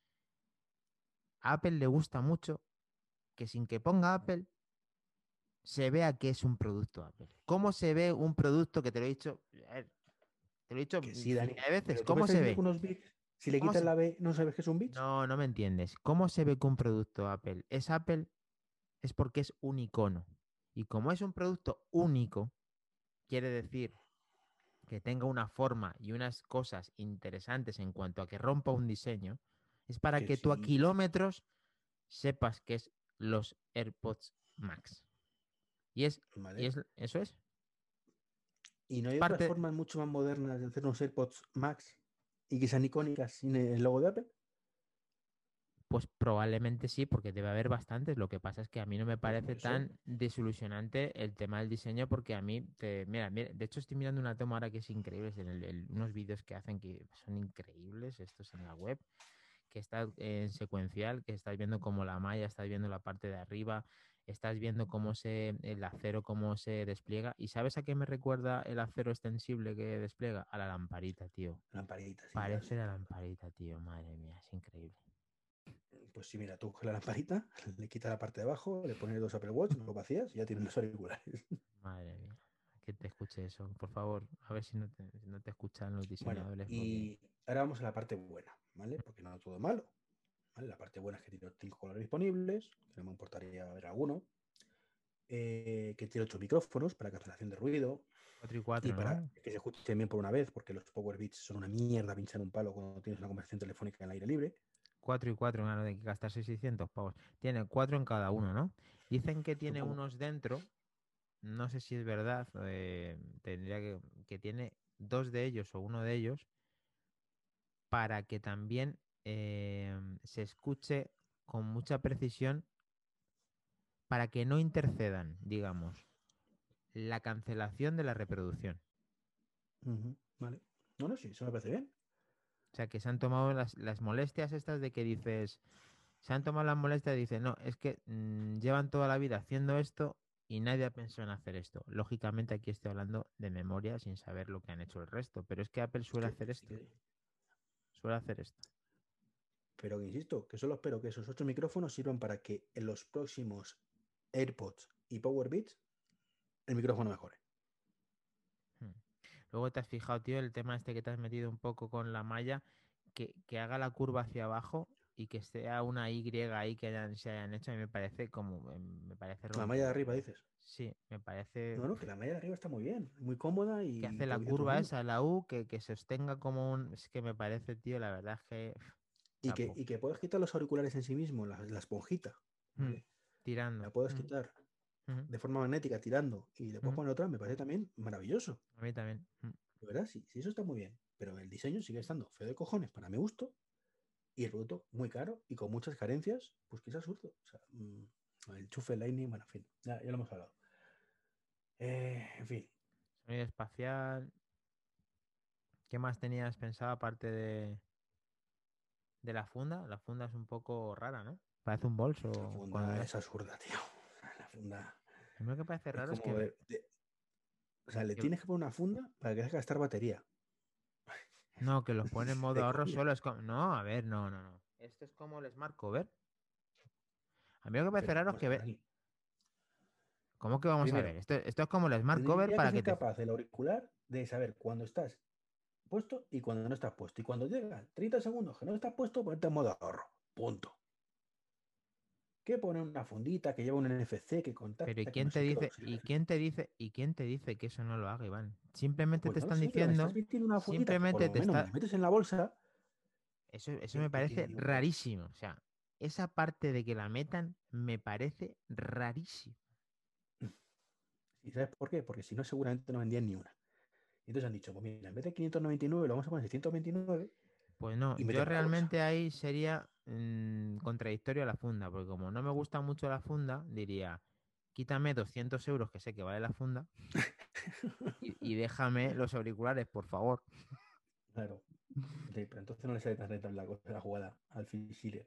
B: A Apple le gusta mucho que sin que ponga Apple se vea que es un producto Apple. ¿Cómo se ve un producto que te lo he dicho? A ver, te lo he dicho
A: Que sí, Dani.
B: infinidad de veces.
A: Pero tú me
B: ¿Cómo
A: estás
B: se
A: diciendo que
B: ve?
A: unos bits, si le
B: ¿Cómo
A: quitas
B: se...
A: la B, no sabes que es un bits.
B: No, no me entiendes. ¿Cómo se ve que un producto Apple es Apple? Es porque es un icono. Y como es un producto único, quiere decir que tenga una forma y unas cosas interesantes en cuanto a que rompa un diseño, es para
A: Que
B: que tú a
A: sí,
B: kilómetros sepas que es los AirPods Max. Y es, y
A: ¿vale?
B: es, eso es.
A: Y no
B: Es
A: hay otras
B: parte,
A: formas mucho más modernas de hacer unos AirPods Max y que sean icónicas sin el logo de Apple.
B: pues probablemente sí, porque debe haber bastantes. Lo que pasa es que a mí no me
A: Pues por
B: parece
A: eso,
B: tan desilusionante el tema del diseño, porque a mí, te, mira, mira, de hecho estoy mirando una toma ahora que es increíble, es en el- el- unos vídeos que hacen que son increíbles, estos en la web, que está en secuencial, que estás viendo como la malla, estás viendo la parte de arriba, estás viendo cómo se, el acero, cómo se despliega. ¿Y sabes a qué me recuerda el acero extensible que despliega? A la lamparita, tío.
A: lamparita, sí, ya
B: Parece
A: sé.
B: la lamparita, tío. Madre mía, es increíble.
A: Pues sí, mira, tú coges la lamparita, le quitas la parte de abajo, le pones dos Apple Watch, lo vacías y ya tienes los auriculares.
B: Madre mía, que te escuche eso, por favor. A ver si no te, si no te escuchan los
A: Bueno,
B: diseñadores, porque
A: y ahora vamos a la parte buena, ¿vale? Porque no todo malo, ¿vale? La parte buena es que tiene cinco colores disponibles, que no me importaría ver alguno, eh, que tiene ocho micrófonos para cancelación de ruido
B: cuatro y
A: y
B: cuatro,
A: para
B: ¿no?
A: que se escuche bien por una vez, porque los Power Beats son una mierda pinchar un palo cuando tienes una conversación telefónica en el aire libre.
B: Cuatro y cuatro, no de que gastarse seiscientos pavos. Tiene cuatro en cada uno, ¿no? Dicen que tiene
A: Supongo.
B: unos dentro no sé si es verdad, eh, tendría que, que tiene dos de ellos o uno de ellos para que también eh, se escuche con mucha precisión, para que no intercedan, digamos, la cancelación de la reproducción.
A: Ujú, vale. No, no, sí, eso me parece bien.
B: O sea, que se han tomado las, las molestias estas de que dices, se han tomado las molestias y dicen, no, es que mm, llevan toda la vida haciendo esto y nadie ha pensado en hacer esto. Lógicamente aquí estoy hablando de memoria sin saber lo que han hecho el resto, pero es que Apple
A: Es
B: suele
A: que
B: hacer
A: sí
B: esto,
A: que sí.
B: suele hacer esto.
A: Pero que insisto, que solo espero que esos ocho micrófonos sirvan para que en los próximos AirPods y Powerbeats el micrófono mejore.
B: Hmm. Luego te has fijado, tío, el tema este que te has metido un poco con la malla, que, que haga la curva hacia abajo y que sea una Y ahí que hayan- se hayan hecho, a mí me parece como, me, me parece
A: La malla de
B: rompedor.
A: arriba, dices.
B: Sí, me parece
A: No, no, que la malla de arriba está muy bien, muy cómoda
B: que
A: y
B: hace la
A: todo, y todo el
B: curva
A: mundo.
B: esa, la U, que, que sostenga como un... Es que me parece, tío, la verdad es que... pf,
A: Y que,
B: chapo.
A: y que puedes quitar los auriculares en sí mismo, la, la esponjita,
B: Mm,
A: ¿vale?
B: tirando.
A: La puedes
B: Mm,
A: quitar
B: ujú,
A: de forma magnética tirando y después
B: ujú.
A: poner otra, me parece también maravilloso.
B: A mí también. Mm.
A: De verdad, sí, sí, eso está muy bien. Pero el diseño sigue estando feo de cojones para mi gusto y el producto muy caro y con muchas carencias, pues que es absurdo. O sea, mm, el enchufe Lightning, bueno, en fin, ya, ya lo hemos hablado. Eh, en fin,
B: Sonido espacial. ¿Qué más tenías pensado aparte de, de la funda? La funda es un poco rara, ¿no? Parece un
A: la
B: bolso cuando
A: funda
B: miras.
A: es absurda, tío. La funda
B: A mí lo que parece
A: es
B: raro es
A: como
B: que,
A: de, de- o sea, le
B: que-
A: tienes que poner una funda para que deje gastar batería.
B: no, que los pone en modo
A: De
B: ahorro
A: coña.
B: solo. Es como... No, a ver, no, no, no. Esto es como el Smart Cover. A mí lo que parece
A: Pero
B: raro es
A: vamos a
B: que
A: ver,
B: ve...
A: Dani.
B: ¿Cómo que vamos a
A: Primero,
B: ver? Esto, esto es como el Smart Cover
A: tendría que
B: para que
A: ser
B: te...
A: capaz el auricular de saber cuándo estás puesto y cuando no estás puesto. Y cuando llega treinta segundos que no estás puesto, ponerte en modo ahorro. Punto. Que poner una fundita que lleva un N F C que
B: Pero ¿y
A: contacta, que no
B: quién te
A: sé qué. O
B: dice,
A: sea,
B: y quién te dice, y quién te dice que eso no lo haga, Iván? Simplemente
A: pues
B: te
A: no lo
B: están
A: sé, pero me estás
B: diciendo,
A: metiendo una fundita que por
B: simplemente
A: lo
B: te
A: menos me la
B: está,
A: metes en la bolsa.
B: eso, eso
A: Que,
B: me
A: que, que
B: parece
A: digo, pero.
B: rarísimo. O sea, esa parte de que la metan me parece rarísimo.
A: ¿Y sabes por qué? Porque si no, seguramente no vendían ni una. Y entonces han dicho, pues mira, en vez de quinientos noventa y nueve lo vamos a poner seiscientos veintinueve
B: Pues no,
A: y
B: yo
A: metemos la bolsa.
B: realmente ahí sería mm, contradictorio a la funda, porque como no me gusta mucho la funda, diría, quítame doscientos euros que sé que vale la funda y, y déjame los auriculares, por favor.
A: Claro. Sí, pero entonces no le sale tan rentable la, cosa- la jugada al Phil Schiller.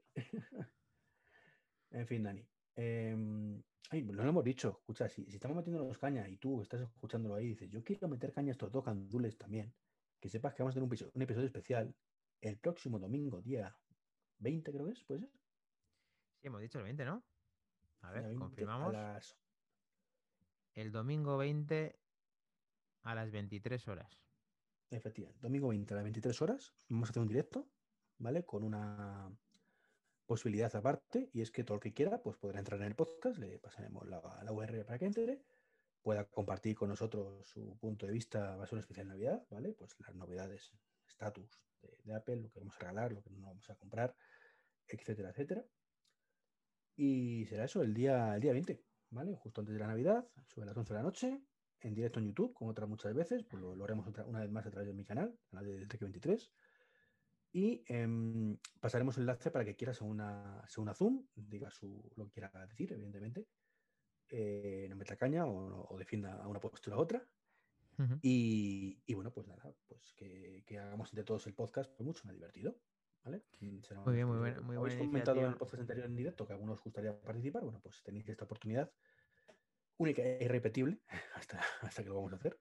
A: En fin, Dani. Eh, ay, no lo hemos dicho. Escucha, si, si estamos metiéndonos caña y tú estás escuchándolo ahí y dices, yo quiero meter caña a estos dos gandules también, que sepas que vamos a tener un, episodio, un episodio especial el próximo domingo, día veinte creo que es, ¿puede ser?
B: Sí, hemos dicho el veinte, ¿no? A ver,
A: Día veinte a
B: confirmamos.
A: las...
B: El domingo veinte a las veintitrés horas.
A: Efectivamente, domingo veinte a las veintitrés horas vamos a hacer un directo, ¿vale? Con una posibilidad aparte y es que todo el que quiera pues podrá entrar en el podcast, le pasaremos la, la U R L para que entre, pueda compartir con nosotros su punto de vista, va a ser una especial Navidad, ¿vale? Pues las novedades, estatus de, de Apple, lo que vamos a regalar, lo que no vamos a comprar, etcétera, etcétera. Y será eso el día, el día veinte, ¿vale? Justo antes de la Navidad, sobre las once de la noche, en directo en YouTube, como otras muchas veces, pues lo, lo haremos otra, una vez más a través de mi canal, canal de Trek veintitrés. Y eh, pasaremos el enlace para que quiera según una, según una Zoom, diga su, lo que quiera decir, evidentemente, eh, no meta caña o, o defienda a una postura a otra.
B: Ujú.
A: Y, y bueno, pues nada, pues que, que hagamos entre todos el podcast, pues mucho más divertido. ¿Vale? Mm, Será
B: Muy
A: una
B: bien, muy
A: experiencia.
B: buena, muy
A: Habéis
B: buena
A: comentado en el
B: iniciativa.
A: podcast anterior en directo que a algunos os gustaría participar. Bueno, pues tenéis esta oportunidad única e irrepetible hasta, hasta que lo vamos a hacer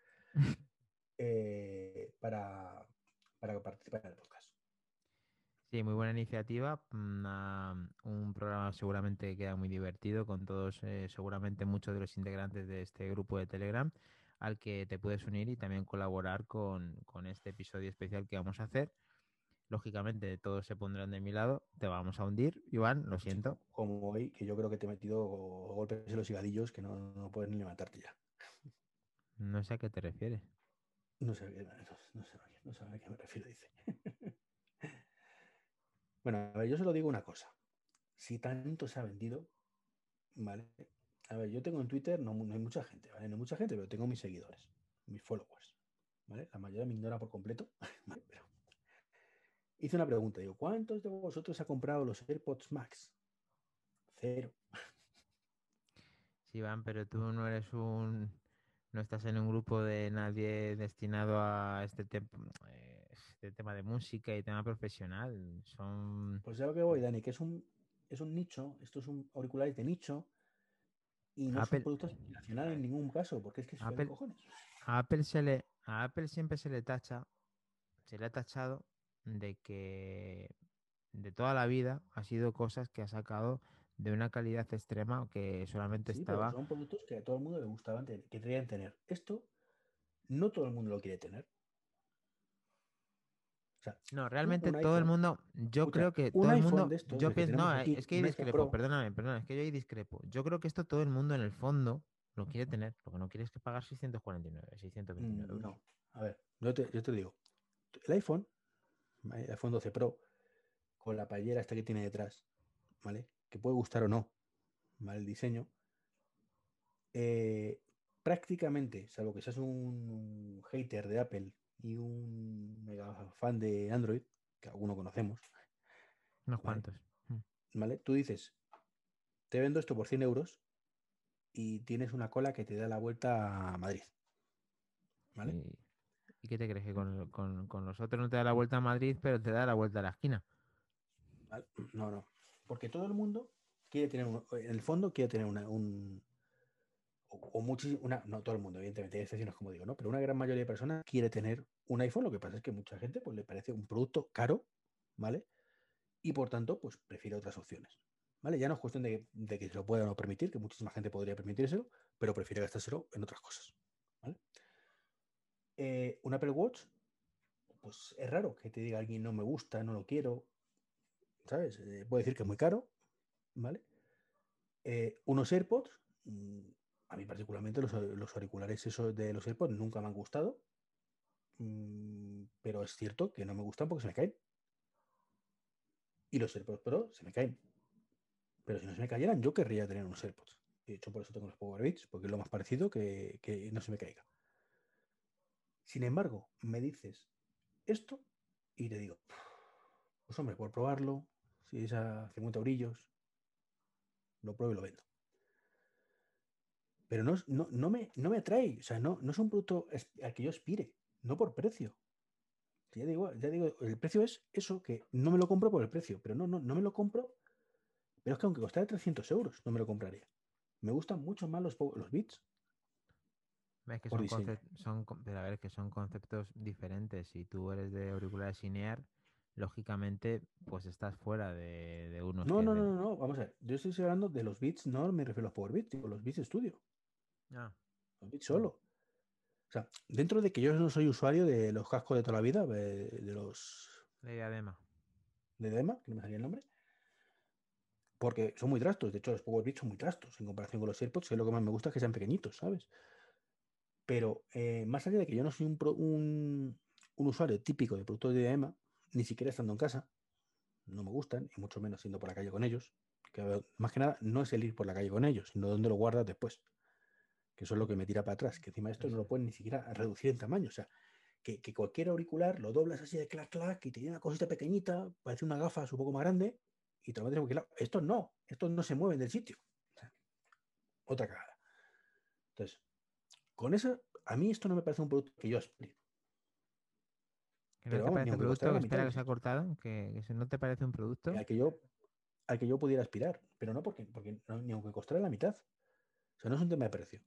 A: eh, para, para participar en el podcast.
B: Sí, muy buena iniciativa. Una- un programa seguramente que queda muy divertido con todos, eh, seguramente muchos de los integrantes de este grupo de Telegram al que te puedes unir y también colaborar con, con este episodio especial que vamos a hacer. Lógicamente, todos se pondrán de mi lado. Te vamos a hundir, Iván, lo
A: Sí,
B: siento.
A: como hoy, que yo creo que te he metido golpes en los higadillos que no, no puedes ni levantarte ya.
B: No sé a qué te refieres.
A: No sé, a qué- no, no sé, a qué- no sé a qué me refiero, dice. Bueno, a ver, yo solo digo una cosa. Si tanto se ha vendido, ¿vale? A ver, yo tengo en Twitter, no, no hay mucha gente, ¿vale? No hay mucha gente, pero tengo mis seguidores, mis followers, ¿vale? La mayoría me ignora por completo, ¿vale? Pero hice una pregunta, digo, ¿cuántos de vosotros ha comprado los AirPods Max? Cero.
B: Sí, Iván, pero tú no eres un... No estás en un grupo de nadie destinado a este, tem- eh, este tema de música y tema profesional. Son...
A: Pues ya lo que voy, Dani, que es un, es un nicho, esto es un auriculares de nicho y no son
B: Apple,
A: productos aspiracionales en ningún caso, porque es que suena
B: Apple,
A: cojones.
B: a Apple se le, a Apple siempre se le tacha, se le ha tachado de que de toda la vida ha sido cosas que ha sacado de una calidad extrema que solamente
A: Sí, pero
B: estaba...
A: son productos que a todo el mundo le gustaban, tener, que querían tener. Esto no todo el mundo lo quiere tener. O sea,
B: No,
A: tú
B: realmente
A: un
B: todo el
A: iPhone,
B: mundo, yo
A: escucha,
B: creo que
A: un
B: todo el
A: iPhone
B: mundo,
A: de estos,
B: yo
A: el que
B: pienso,
A: tenemos
B: no, eh,
A: aquí,
B: es que ahí
A: un iPhone
B: discrepo,
A: Pro,
B: perdóname, perdóname, es que yo ahí discrepo. Yo creo que esto todo el mundo en el fondo lo quiere tener, lo que no quiere es que pagar seiscientos cuarenta y nueve, seiscientos veintinueve
A: mm,
B: euros.
A: no. A ver, yo te, yo te digo, el iPhone, ¿vale? El iPhone doce Pro, con la payera esta que tiene detrás, ¿vale? Que puede gustar o no, ¿vale? El diseño, eh, prácticamente, salvo que seas un hater de Apple y un mega fan de Android, que alguno conocemos,
B: Unos
A: ¿vale?
B: cuantos. Mm.
A: ¿Vale? Tú dices, te vendo esto por cien euros y tienes una cola que te da la vuelta a Madrid, ¿vale?
B: ¿Y, y qué te crees? Que con, con- con los otros no te da la vuelta a Madrid, pero te da la vuelta a la esquina.
A: ¿Vale? No, no. Porque todo el mundo quiere tener, un- en el fondo, quiere tener una, un, o, o muchis- una, no todo el mundo, evidentemente, hay excepciones como digo, ¿no? Pero una gran mayoría de personas quiere tener un iPhone, lo que pasa es que mucha gente pues le parece un producto caro, ¿vale? Y por tanto, pues prefiere otras opciones, ¿vale? Ya no es cuestión de, de que se lo pueda o no permitir, que muchísima gente podría permitírselo, pero prefiere gastárselo en otras cosas, ¿vale? Eh, un Apple Watch, pues es raro que te diga alguien no me gusta, no lo quiero, ¿sabes? Eh, puede decir que es muy caro, ¿vale? Eh, unos AirPods, mm, a mí particularmente los, los auriculares esos de los AirPods nunca me han gustado, mm, pero es cierto que no me gustan porque se me caen. Y los AirPods Pro se me caen. Pero si no se me cayeran, yo querría tener unos AirPods. De hecho, por eso tengo los Power Beats, porque es lo más parecido que, que no se me caiga. Sin embargo, me dices esto y te digo, pues hombre, por probarlo, si es a cincuenta brillos, lo pruebo y lo vendo. Pero no, no, no, me, no me atrae, o sea, no, no es un producto al que yo aspire, no por precio. Ya digo, ya digo, el precio es eso, que no me lo compro por el precio, pero no, no, no me lo compro, pero es que aunque costara trescientos euros, no me lo compraría. Me gustan mucho más los, los Beats
B: Ves que
A: por
B: son
A: diseño.
B: conceptos, son, con- pero a ver, que son conceptos diferentes. Si tú eres de auriculares in-ear, lógicamente, pues estás fuera de, de unos
A: No,
B: que
A: no, no,
B: de...
A: no, no, vamos a ver. Yo estoy hablando de los Beats, no me refiero a los Power Beats, digo los Beats Studio,
B: Ah,
A: los Beats
B: mm,
A: solo. O sea, dentro de que yo no soy usuario de los cascos de toda la vida, de, de los
B: de diadema.
A: de Dema, que no me salía el nombre, porque son muy trastos. De hecho, los Power Beats son muy trastos en comparación con los AirPods, que es lo que más me gusta, es que sean pequeñitos, ¿sabes? Pero eh, más allá de que yo no soy un, pro- un, un usuario típico de productos de diadema, ni siquiera estando en casa, no me gustan, y mucho menos yendo por la calle con ellos. Que más que nada no es el ir por la calle con ellos, sino dónde lo guardas después. Que eso es lo que me tira para atrás. Que encima esto no
B: Eso
A: lo
B: es.
A: pueden ni siquiera reducir en tamaño. O sea, que, que cualquier auricular lo doblas así de clac clac y te tiene una cosita pequeñita, parece una gafas un poco más grande, y te lo metes en cualquier lado. Estos no, estos no se mueven del sitio. O sea, otra cagada. Entonces, con eso, a mí esto no me parece un producto que yo aspire.
B: ¿Que no
A: Pero
B: te
A: vamos, ni
B: parece
A: aunque
B: producto?
A: costara
B: Que
A: la mitad,
B: espera que se ha
A: insisto.
B: cortado. ¿Que, que se- no te parece un producto?
A: Al que yo, al que yo pudiera aspirar. Pero no porque, porque no, ni aunque costara la mitad. O sea, no es un tema de precio.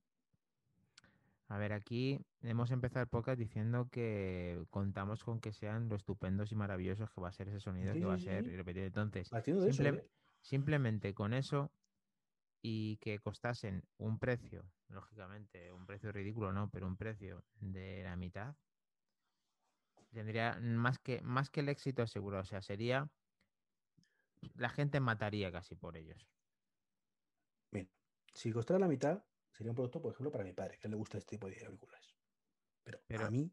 B: A ver, aquí hemos empezado el podcast diciendo que contamos con que sean lo estupendos y maravillosos que va a ser ese sonido,
A: Sí,
B: que va
A: sí,
B: a
A: sí,
B: ser
A: sí.
B: irrepetible. Entonces,
A: Partiendo de eso,
B: simple-
A: ¿eh?
B: simplemente con eso y que costasen un precio, lógicamente, un precio ridículo, ¿no? Pero un precio de la mitad, tendría más que, más que el éxito asegurado. O sea, sería, la gente mataría casi por ellos.
A: Bien, si costara la mitad, sería un producto, por ejemplo, para mi padre, que le gusta este tipo de auriculares. Pero a
B: Pero
A: mí,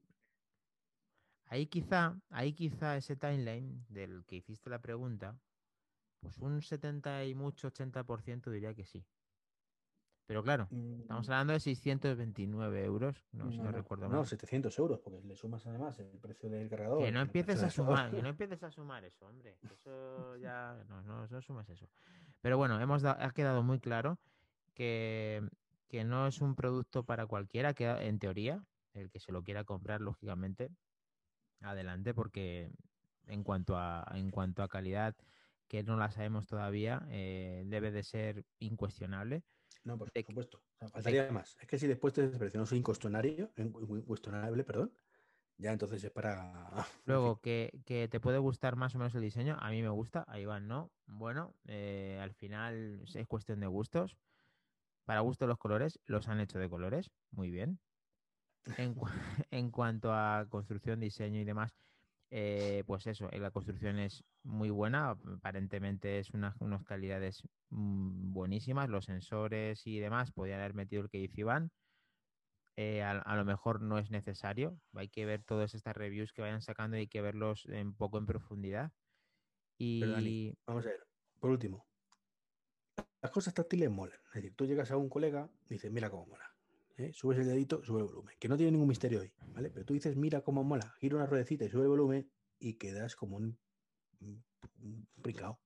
B: ahí quizá, ahí quizá ese timeline del que hiciste la pregunta, pues un setenta y mucho ochenta por ciento diría que sí. Pero claro, estamos
A: Mm,
B: hablando de seiscientos veintinueve euros, no, si
A: No,
B: no
A: no,
B: recuerdo
A: no,
B: mal.
A: setecientos euros, porque le sumas además el precio del
B: Que
A: cargador,
B: no
A: el precio
B: empieces a
A: de todo.
B: sumar, que no empieces a sumar eso, hombre. Que eso ya, no, no, no sumas eso. Pero bueno, hemos da- ha quedado muy claro que, que no es un producto para cualquiera, que en teoría, el que se lo quiera comprar, lógicamente, adelante, porque en cuanto a, en cuanto a calidad, que no la sabemos todavía, eh, debe de ser incuestionable.
A: No, por
B: De, que-
A: supuesto. O sea,
B: de
A: faltaría más. Es que si después de ese precio no soy incuestionario, incuestionable, perdón, ya entonces es para. En fin.
B: Luego, que, que te puede gustar más o menos el diseño, a mí me gusta, a Iván no. Bueno, eh, al final es es cuestión de gustos. Para gusto los colores, los han hecho de colores, muy bien. En, cua- en cuanto a construcción, diseño y demás, eh, pues eso, eh, la construcción es muy buena, aparentemente es una- unas calidades mm, buenísimas, los sensores y demás, podían haber metido el que dice Iván. Eh, a, a lo mejor no es necesario, hay que ver todas estas reviews que vayan sacando y hay que verlos un poco en profundidad.
A: Pero Dani,
B: Y
A: vamos a ver. Por último, las cosas táctiles molan. Es decir, tú llegas a un colega y dices, mira cómo mola. ¿Eh? Subes el dedito, sube el volumen. Que no tiene ningún misterio ahí, ¿vale? Pero tú dices, mira cómo mola, gira una ruedecita y sube el volumen y quedas como un, un, un brincao.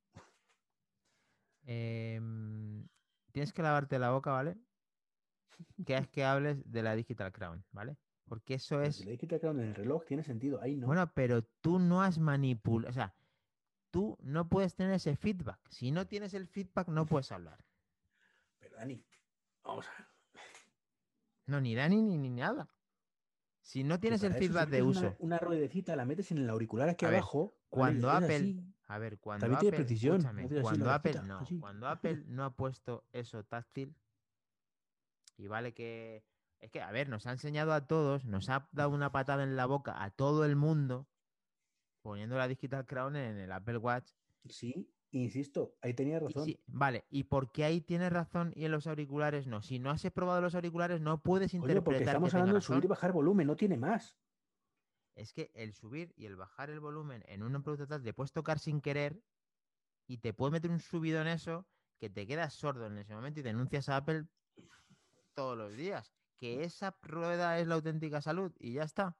B: em, tienes que lavarte la boca, ¿vale? Que es que hables de la Digital Crown, ¿vale? Porque eso
A: Pero si
B: es,
A: le dijiste que en el reloj tiene sentido, ahí no.
B: bueno, pero tú no has manipulado, o sea, tú no puedes tener ese feedback. Si no tienes el feedback, no puedes hablar.
A: Pero Dani, vamos a ver.
B: No, ni Dani ni, ni nada. Si no
A: Que
B: tienes el
A: para eso si
B: feedback de
A: metes una,
B: uso,
A: una ruedecita, la metes en el auricular aquí
B: a ver,
A: abajo, ¿vale? Y
B: cuando
A: haces
B: Apple,
A: así.
B: a ver, cuando
A: También tiene
B: Apple,
A: precisión.
B: escúchame,
A: Haces así la
B: cuando Apple,
A: orejita,
B: no,
A: así.
B: cuando Apple no ha puesto eso táctil, y vale que, es que, a ver, nos ha enseñado a todos, nos ha dado una patada en la boca a todo el mundo poniendo la Digital Crown en el Apple Watch.
A: Sí, insisto, ahí tenía
B: Y
A: razón.
B: sí, vale, ¿y por qué ahí tienes razón y en los auriculares no? Si no has probado los auriculares, no puedes
A: Coño, porque
B: interpretar que
A: estamos
B: tenga
A: hablando de subir y
B: razón.
A: bajar volumen, no tiene más.
B: Es que el subir y el bajar el volumen en un producto tal, te puedes tocar sin querer y te puede meter un subido en eso que te quedas sordo en ese momento y denuncias a Apple todos los días. Que esa rueda es la auténtica salud y ya está.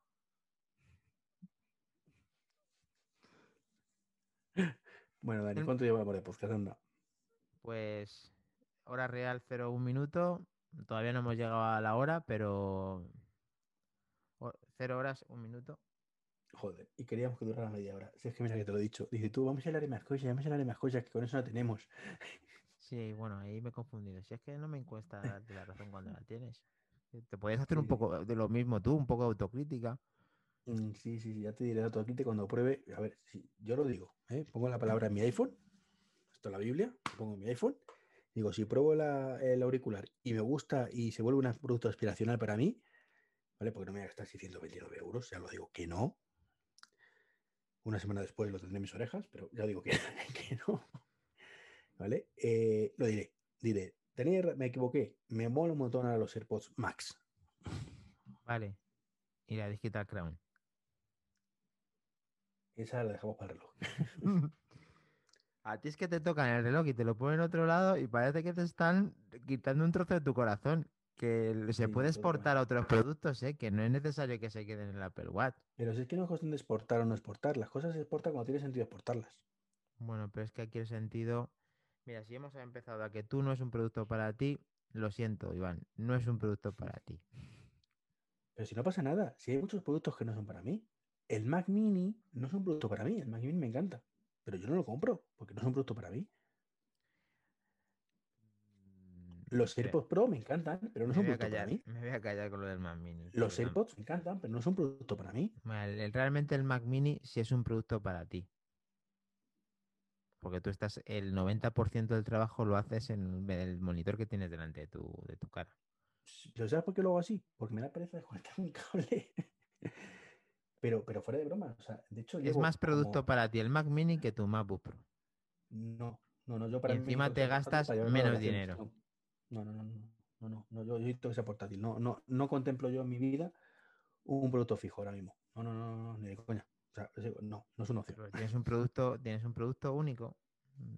A: Bueno, Dani,
B: El-
A: ¿cuánto llevamos de podcast? Anda.
B: Pues hora real cero un minuto. Todavía no hemos llegado a la hora, pero o- cero horas, un minuto.
A: Joder, y queríamos que durara media hora. Si es que mira que te lo he dicho. Dice tú, vamos a hablar de más cosas, vamos a hablar de más cosas, que con eso no tenemos.
B: Sí, bueno, ahí me he confundido. Si es que no me cuesta darte la razón cuando la tienes. Eh, Te podías hacer
A: Sí,
B: un
A: sí.
B: poco de lo mismo tú, un poco de autocrítica.
A: Mm, sí, sí, sí, ya te diré otro cliente cuando pruebe. A ver, si yo lo digo, ¿eh? Pongo la palabra en mi iPhone, esto es la Biblia, pongo en mi iPhone, digo, si pruebo la- el auricular y me gusta y se vuelve un producto aspiracional para mí, ¿vale? Porque no me voy a gastar seiscientos veintinueve euros, ya lo digo que no. Una semana después lo tendré en mis orejas, pero ya digo que, que no, ¿vale? Eh, lo diré, diré, tenía, me equivoqué, me mola un montón a los AirPods Max.
B: Vale. Y la Digital Crown.
A: Esa la dejamos para el reloj.
B: A ti es que te tocan el reloj y te lo ponen en otro lado y parece que te están quitando un trozo de tu corazón. Que se
A: Sí,
B: puede exportar a
A: totalmente.
B: otros productos, ¿eh? Que no es necesario que se queden en el Apple Watch.
A: Pero si es que no es cuestión de exportar o no exportar, las cosas se exportan cuando tiene sentido exportarlas.
B: Bueno, pero es que aquí el sentido. Mira, si hemos empezado a que tú no es un producto para ti, lo siento, Iván, no es un producto para ti.
A: Pero si no pasa nada, si hay muchos productos que no son para mí. El Mac Mini no es un producto para mí, el Mac Mini me encanta, pero yo no lo compro porque no es un producto para mí.
B: Mm,
A: Los
B: Espera,
A: AirPods Pro me encantan, pero no
B: me
A: son un
B: voy a
A: producto para
B: callar,
A: mí.
B: me voy a callar con lo del Mac Mini,
A: Los
B: porque la-
A: AirPods me encantan, pero no son un producto para mí.
B: bueno, el- realmente el Mac Mini sí es un producto para ti, porque tú estás, el noventa por ciento del trabajo lo haces en el monitor que tienes delante de tu, de tu cara.
A: ¿Pero sabes por qué lo hago así? Porque me da pereza de conectar un cable. Pero, pero fuera de broma, o sea, de hecho
B: Es
A: llevo
B: más producto
A: como.
B: para ti el Mac Mini que tu MacBook Pro.
A: No, no, no, yo
B: Y
A: para mí
B: encima
A: necesito que
B: te
A: sea portátil
B: gastas
A: para llevarlo de
B: menos
A: vacaciones.
B: dinero.
A: No, no, no, no, no, no, no, no, yo yo necesito que sea portátil. No, no, no contemplo yo en mi vida un producto fijo ahora mismo. No, no, no, no, ni de coña. O sea, es- no, no es una opción.
B: Pero tienes un producto, tienes un producto único.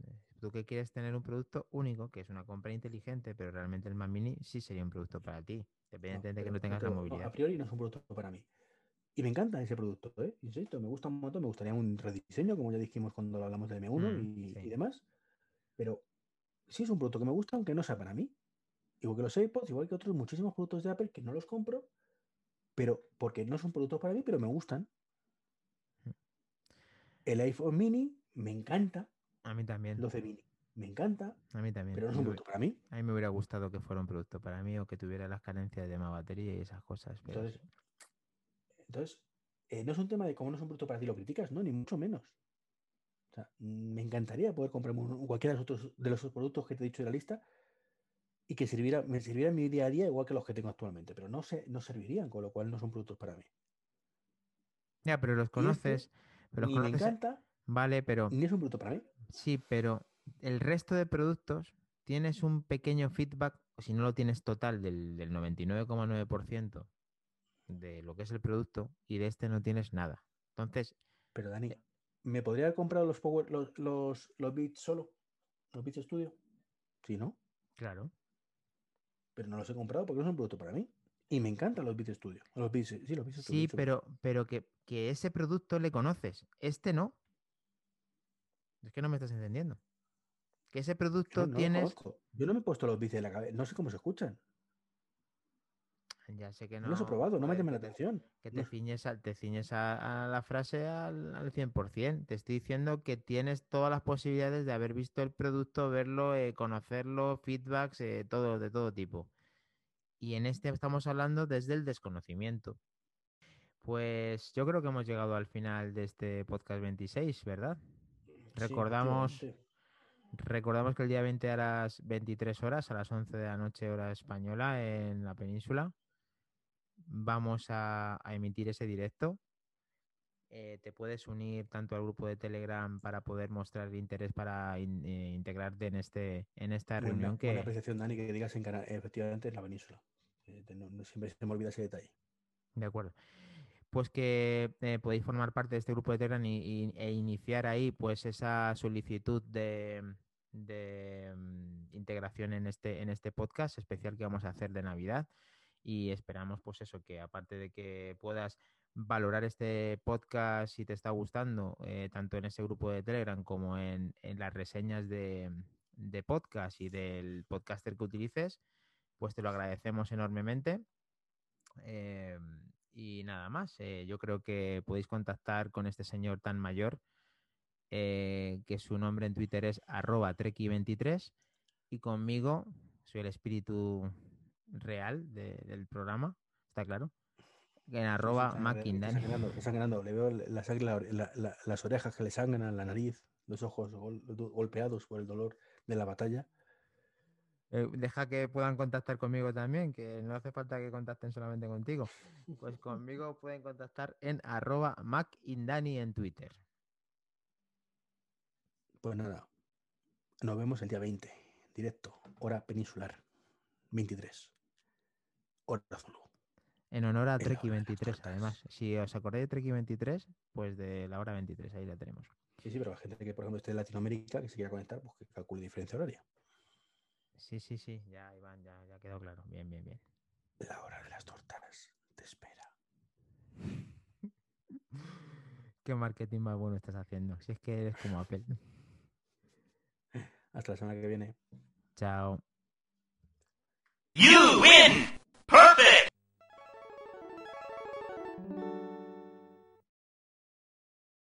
B: Tú que quieres tener un producto único, que es una compra inteligente, pero realmente el Mac Mini sí sería un producto para ti,
A: No,
B: independientemente de que
A: pero
B: no
A: no
B: tengas
A: te
B: la
A: lo- no,
B: movilidad.
A: a priori no es un producto para mí. Y me encanta ese producto, ¿eh? Insisto, me gusta un montón, me gustaría un rediseño, como ya dijimos cuando hablamos del M uno
B: Mm,
A: y,
B: sí.
A: y demás, pero sí es un producto que me gusta, aunque no sea para mí. Igual que los AirPods, igual que otros muchísimos productos de Apple que no los compro, pero porque no son productos para mí, pero me gustan.
B: Mm.
A: El iPhone mini me encanta,
B: A mí también,
A: el doce mini me encanta,
B: a mí también.
A: pero no es un
B: Me hubie-
A: producto para mí.
B: a mí me hubiera gustado que fuera un producto para mí o que tuviera las carencias de más batería y esas cosas, pero sí.
A: Entonces, entonces eh, no es un tema de cómo no es un producto para ti, lo criticas, ¿no? Ni mucho menos. O sea, me encantaría poder comprarme un- cualquiera de los, otros, de los productos que te he dicho de la lista y que sirviera, me sirviera en mi día a día igual que los que tengo actualmente, pero no, se, no servirían, con lo cual no son productos para mí.
B: Ya, pero los
A: Y este
B: conoces, pero los
A: ni me
B: conoces, eh,
A: encanta,
B: vale, pero
A: ni es un producto para mí.
B: sí, pero el resto de productos tienes un pequeño feedback, o si no lo tienes total, del, del noventa y nueve coma nueve por ciento de lo que es el producto y de este no tienes nada. Entonces,
A: Pero Dani,
B: eh,
A: ¿me podría haber comprado los, Power, los, los, los Beats solo? ¿Los Beats Studio? Sí, ¿no?
B: claro,
A: Pero no los he comprado porque no son un producto para mí. Y me encantan los Beats Studio. Los Beats, sí, los Beats Studio, he
B: sí,
A: dicho bien.
B: pero, pero que, que ese producto le conoces, este no. Es que no me estás entendiendo. Que ese
A: No,
B: producto
A: no los
B: tienes,
A: conozco. Yo no me he puesto los Beats en la cabeza. No sé cómo se escuchan.
B: ya sé que
A: No los he
B: no,
A: probado, no me
B: joder,
A: llaman
B: que
A: la
B: te,
A: atención.
B: que te
A: No,
B: ciñes a, te ciñes a, a la frase al, al cien por ciento. Te estoy diciendo que tienes todas las posibilidades de haber visto el producto, verlo, eh, conocerlo, feedbacks, eh, todo, de todo tipo. Y en este estamos hablando desde el desconocimiento. Pues yo creo que hemos llegado al final de este podcast veintiséis, ¿verdad?
A: sí,
B: Recordamos,
A: efectivamente.
B: recordamos que el día veinte a las veintitrés horas, a las once de la noche hora española en la península, vamos a, a emitir ese directo. Eh, te puedes unir tanto al grupo de Telegram para poder mostrar interés para in- eh, integrarte en este en esta
A: Buena,
B: reunión
A: buena
B: que,
A: apreciación, Dani, que digas en Cana- efectivamente en la península. Eh, no- no- siempre se me olvida ese detalle.
B: de acuerdo, pues que eh, podéis formar parte de este grupo de Telegram y, y- e iniciar ahí pues esa solicitud de, de, mm, integración en este en este podcast especial que vamos a hacer de Navidad y esperamos pues eso, que aparte de que puedas valorar este podcast si te está gustando, eh, tanto en ese grupo de Telegram como en, en las reseñas de, de podcast y del podcaster que utilices, pues te lo agradecemos enormemente. Eh, y nada más, eh, yo creo que podéis contactar con este señor tan mayor, eh, que su nombre en Twitter es arroba treki veintitrés y conmigo soy el espíritu real de- del programa, ¿está claro? En
A: Sí, sí,
B: arroba
A: está, está
B: Macindani.
A: sangrando, está sangrando. Le veo la sangre, la- la- la- las orejas que le sangran, la nariz, los ojos gol- golpeados por el dolor de la batalla.
B: Eh, deja que puedan contactar conmigo también, que no hace falta que contacten solamente contigo. Pues conmigo pueden contactar en arroba Macindani en Twitter.
A: Pues nada, nos vemos el día veinte, directo, hora peninsular, veintitrés, hora Zulu,
B: En honor a
A: en la
B: Treki
A: hora de las
B: veintitrés, además.
A: tortas.
B: Si os acordáis de Treki veintitrés, pues de la hora veintitrés, ahí la tenemos.
A: Sí, sí, pero la gente que, por ejemplo, esté en Latinoamérica, que se quiera conectar, pues que calcule diferencia horaria.
B: Sí, sí, sí, ya, Iván, ya, ya quedó claro. Bien, bien, bien.
A: La hora de las tortas te espera.
B: Qué marketing más bueno estás haciendo. Si es que eres como Apple.
A: Hasta la semana que viene.
B: Chao.
C: You win!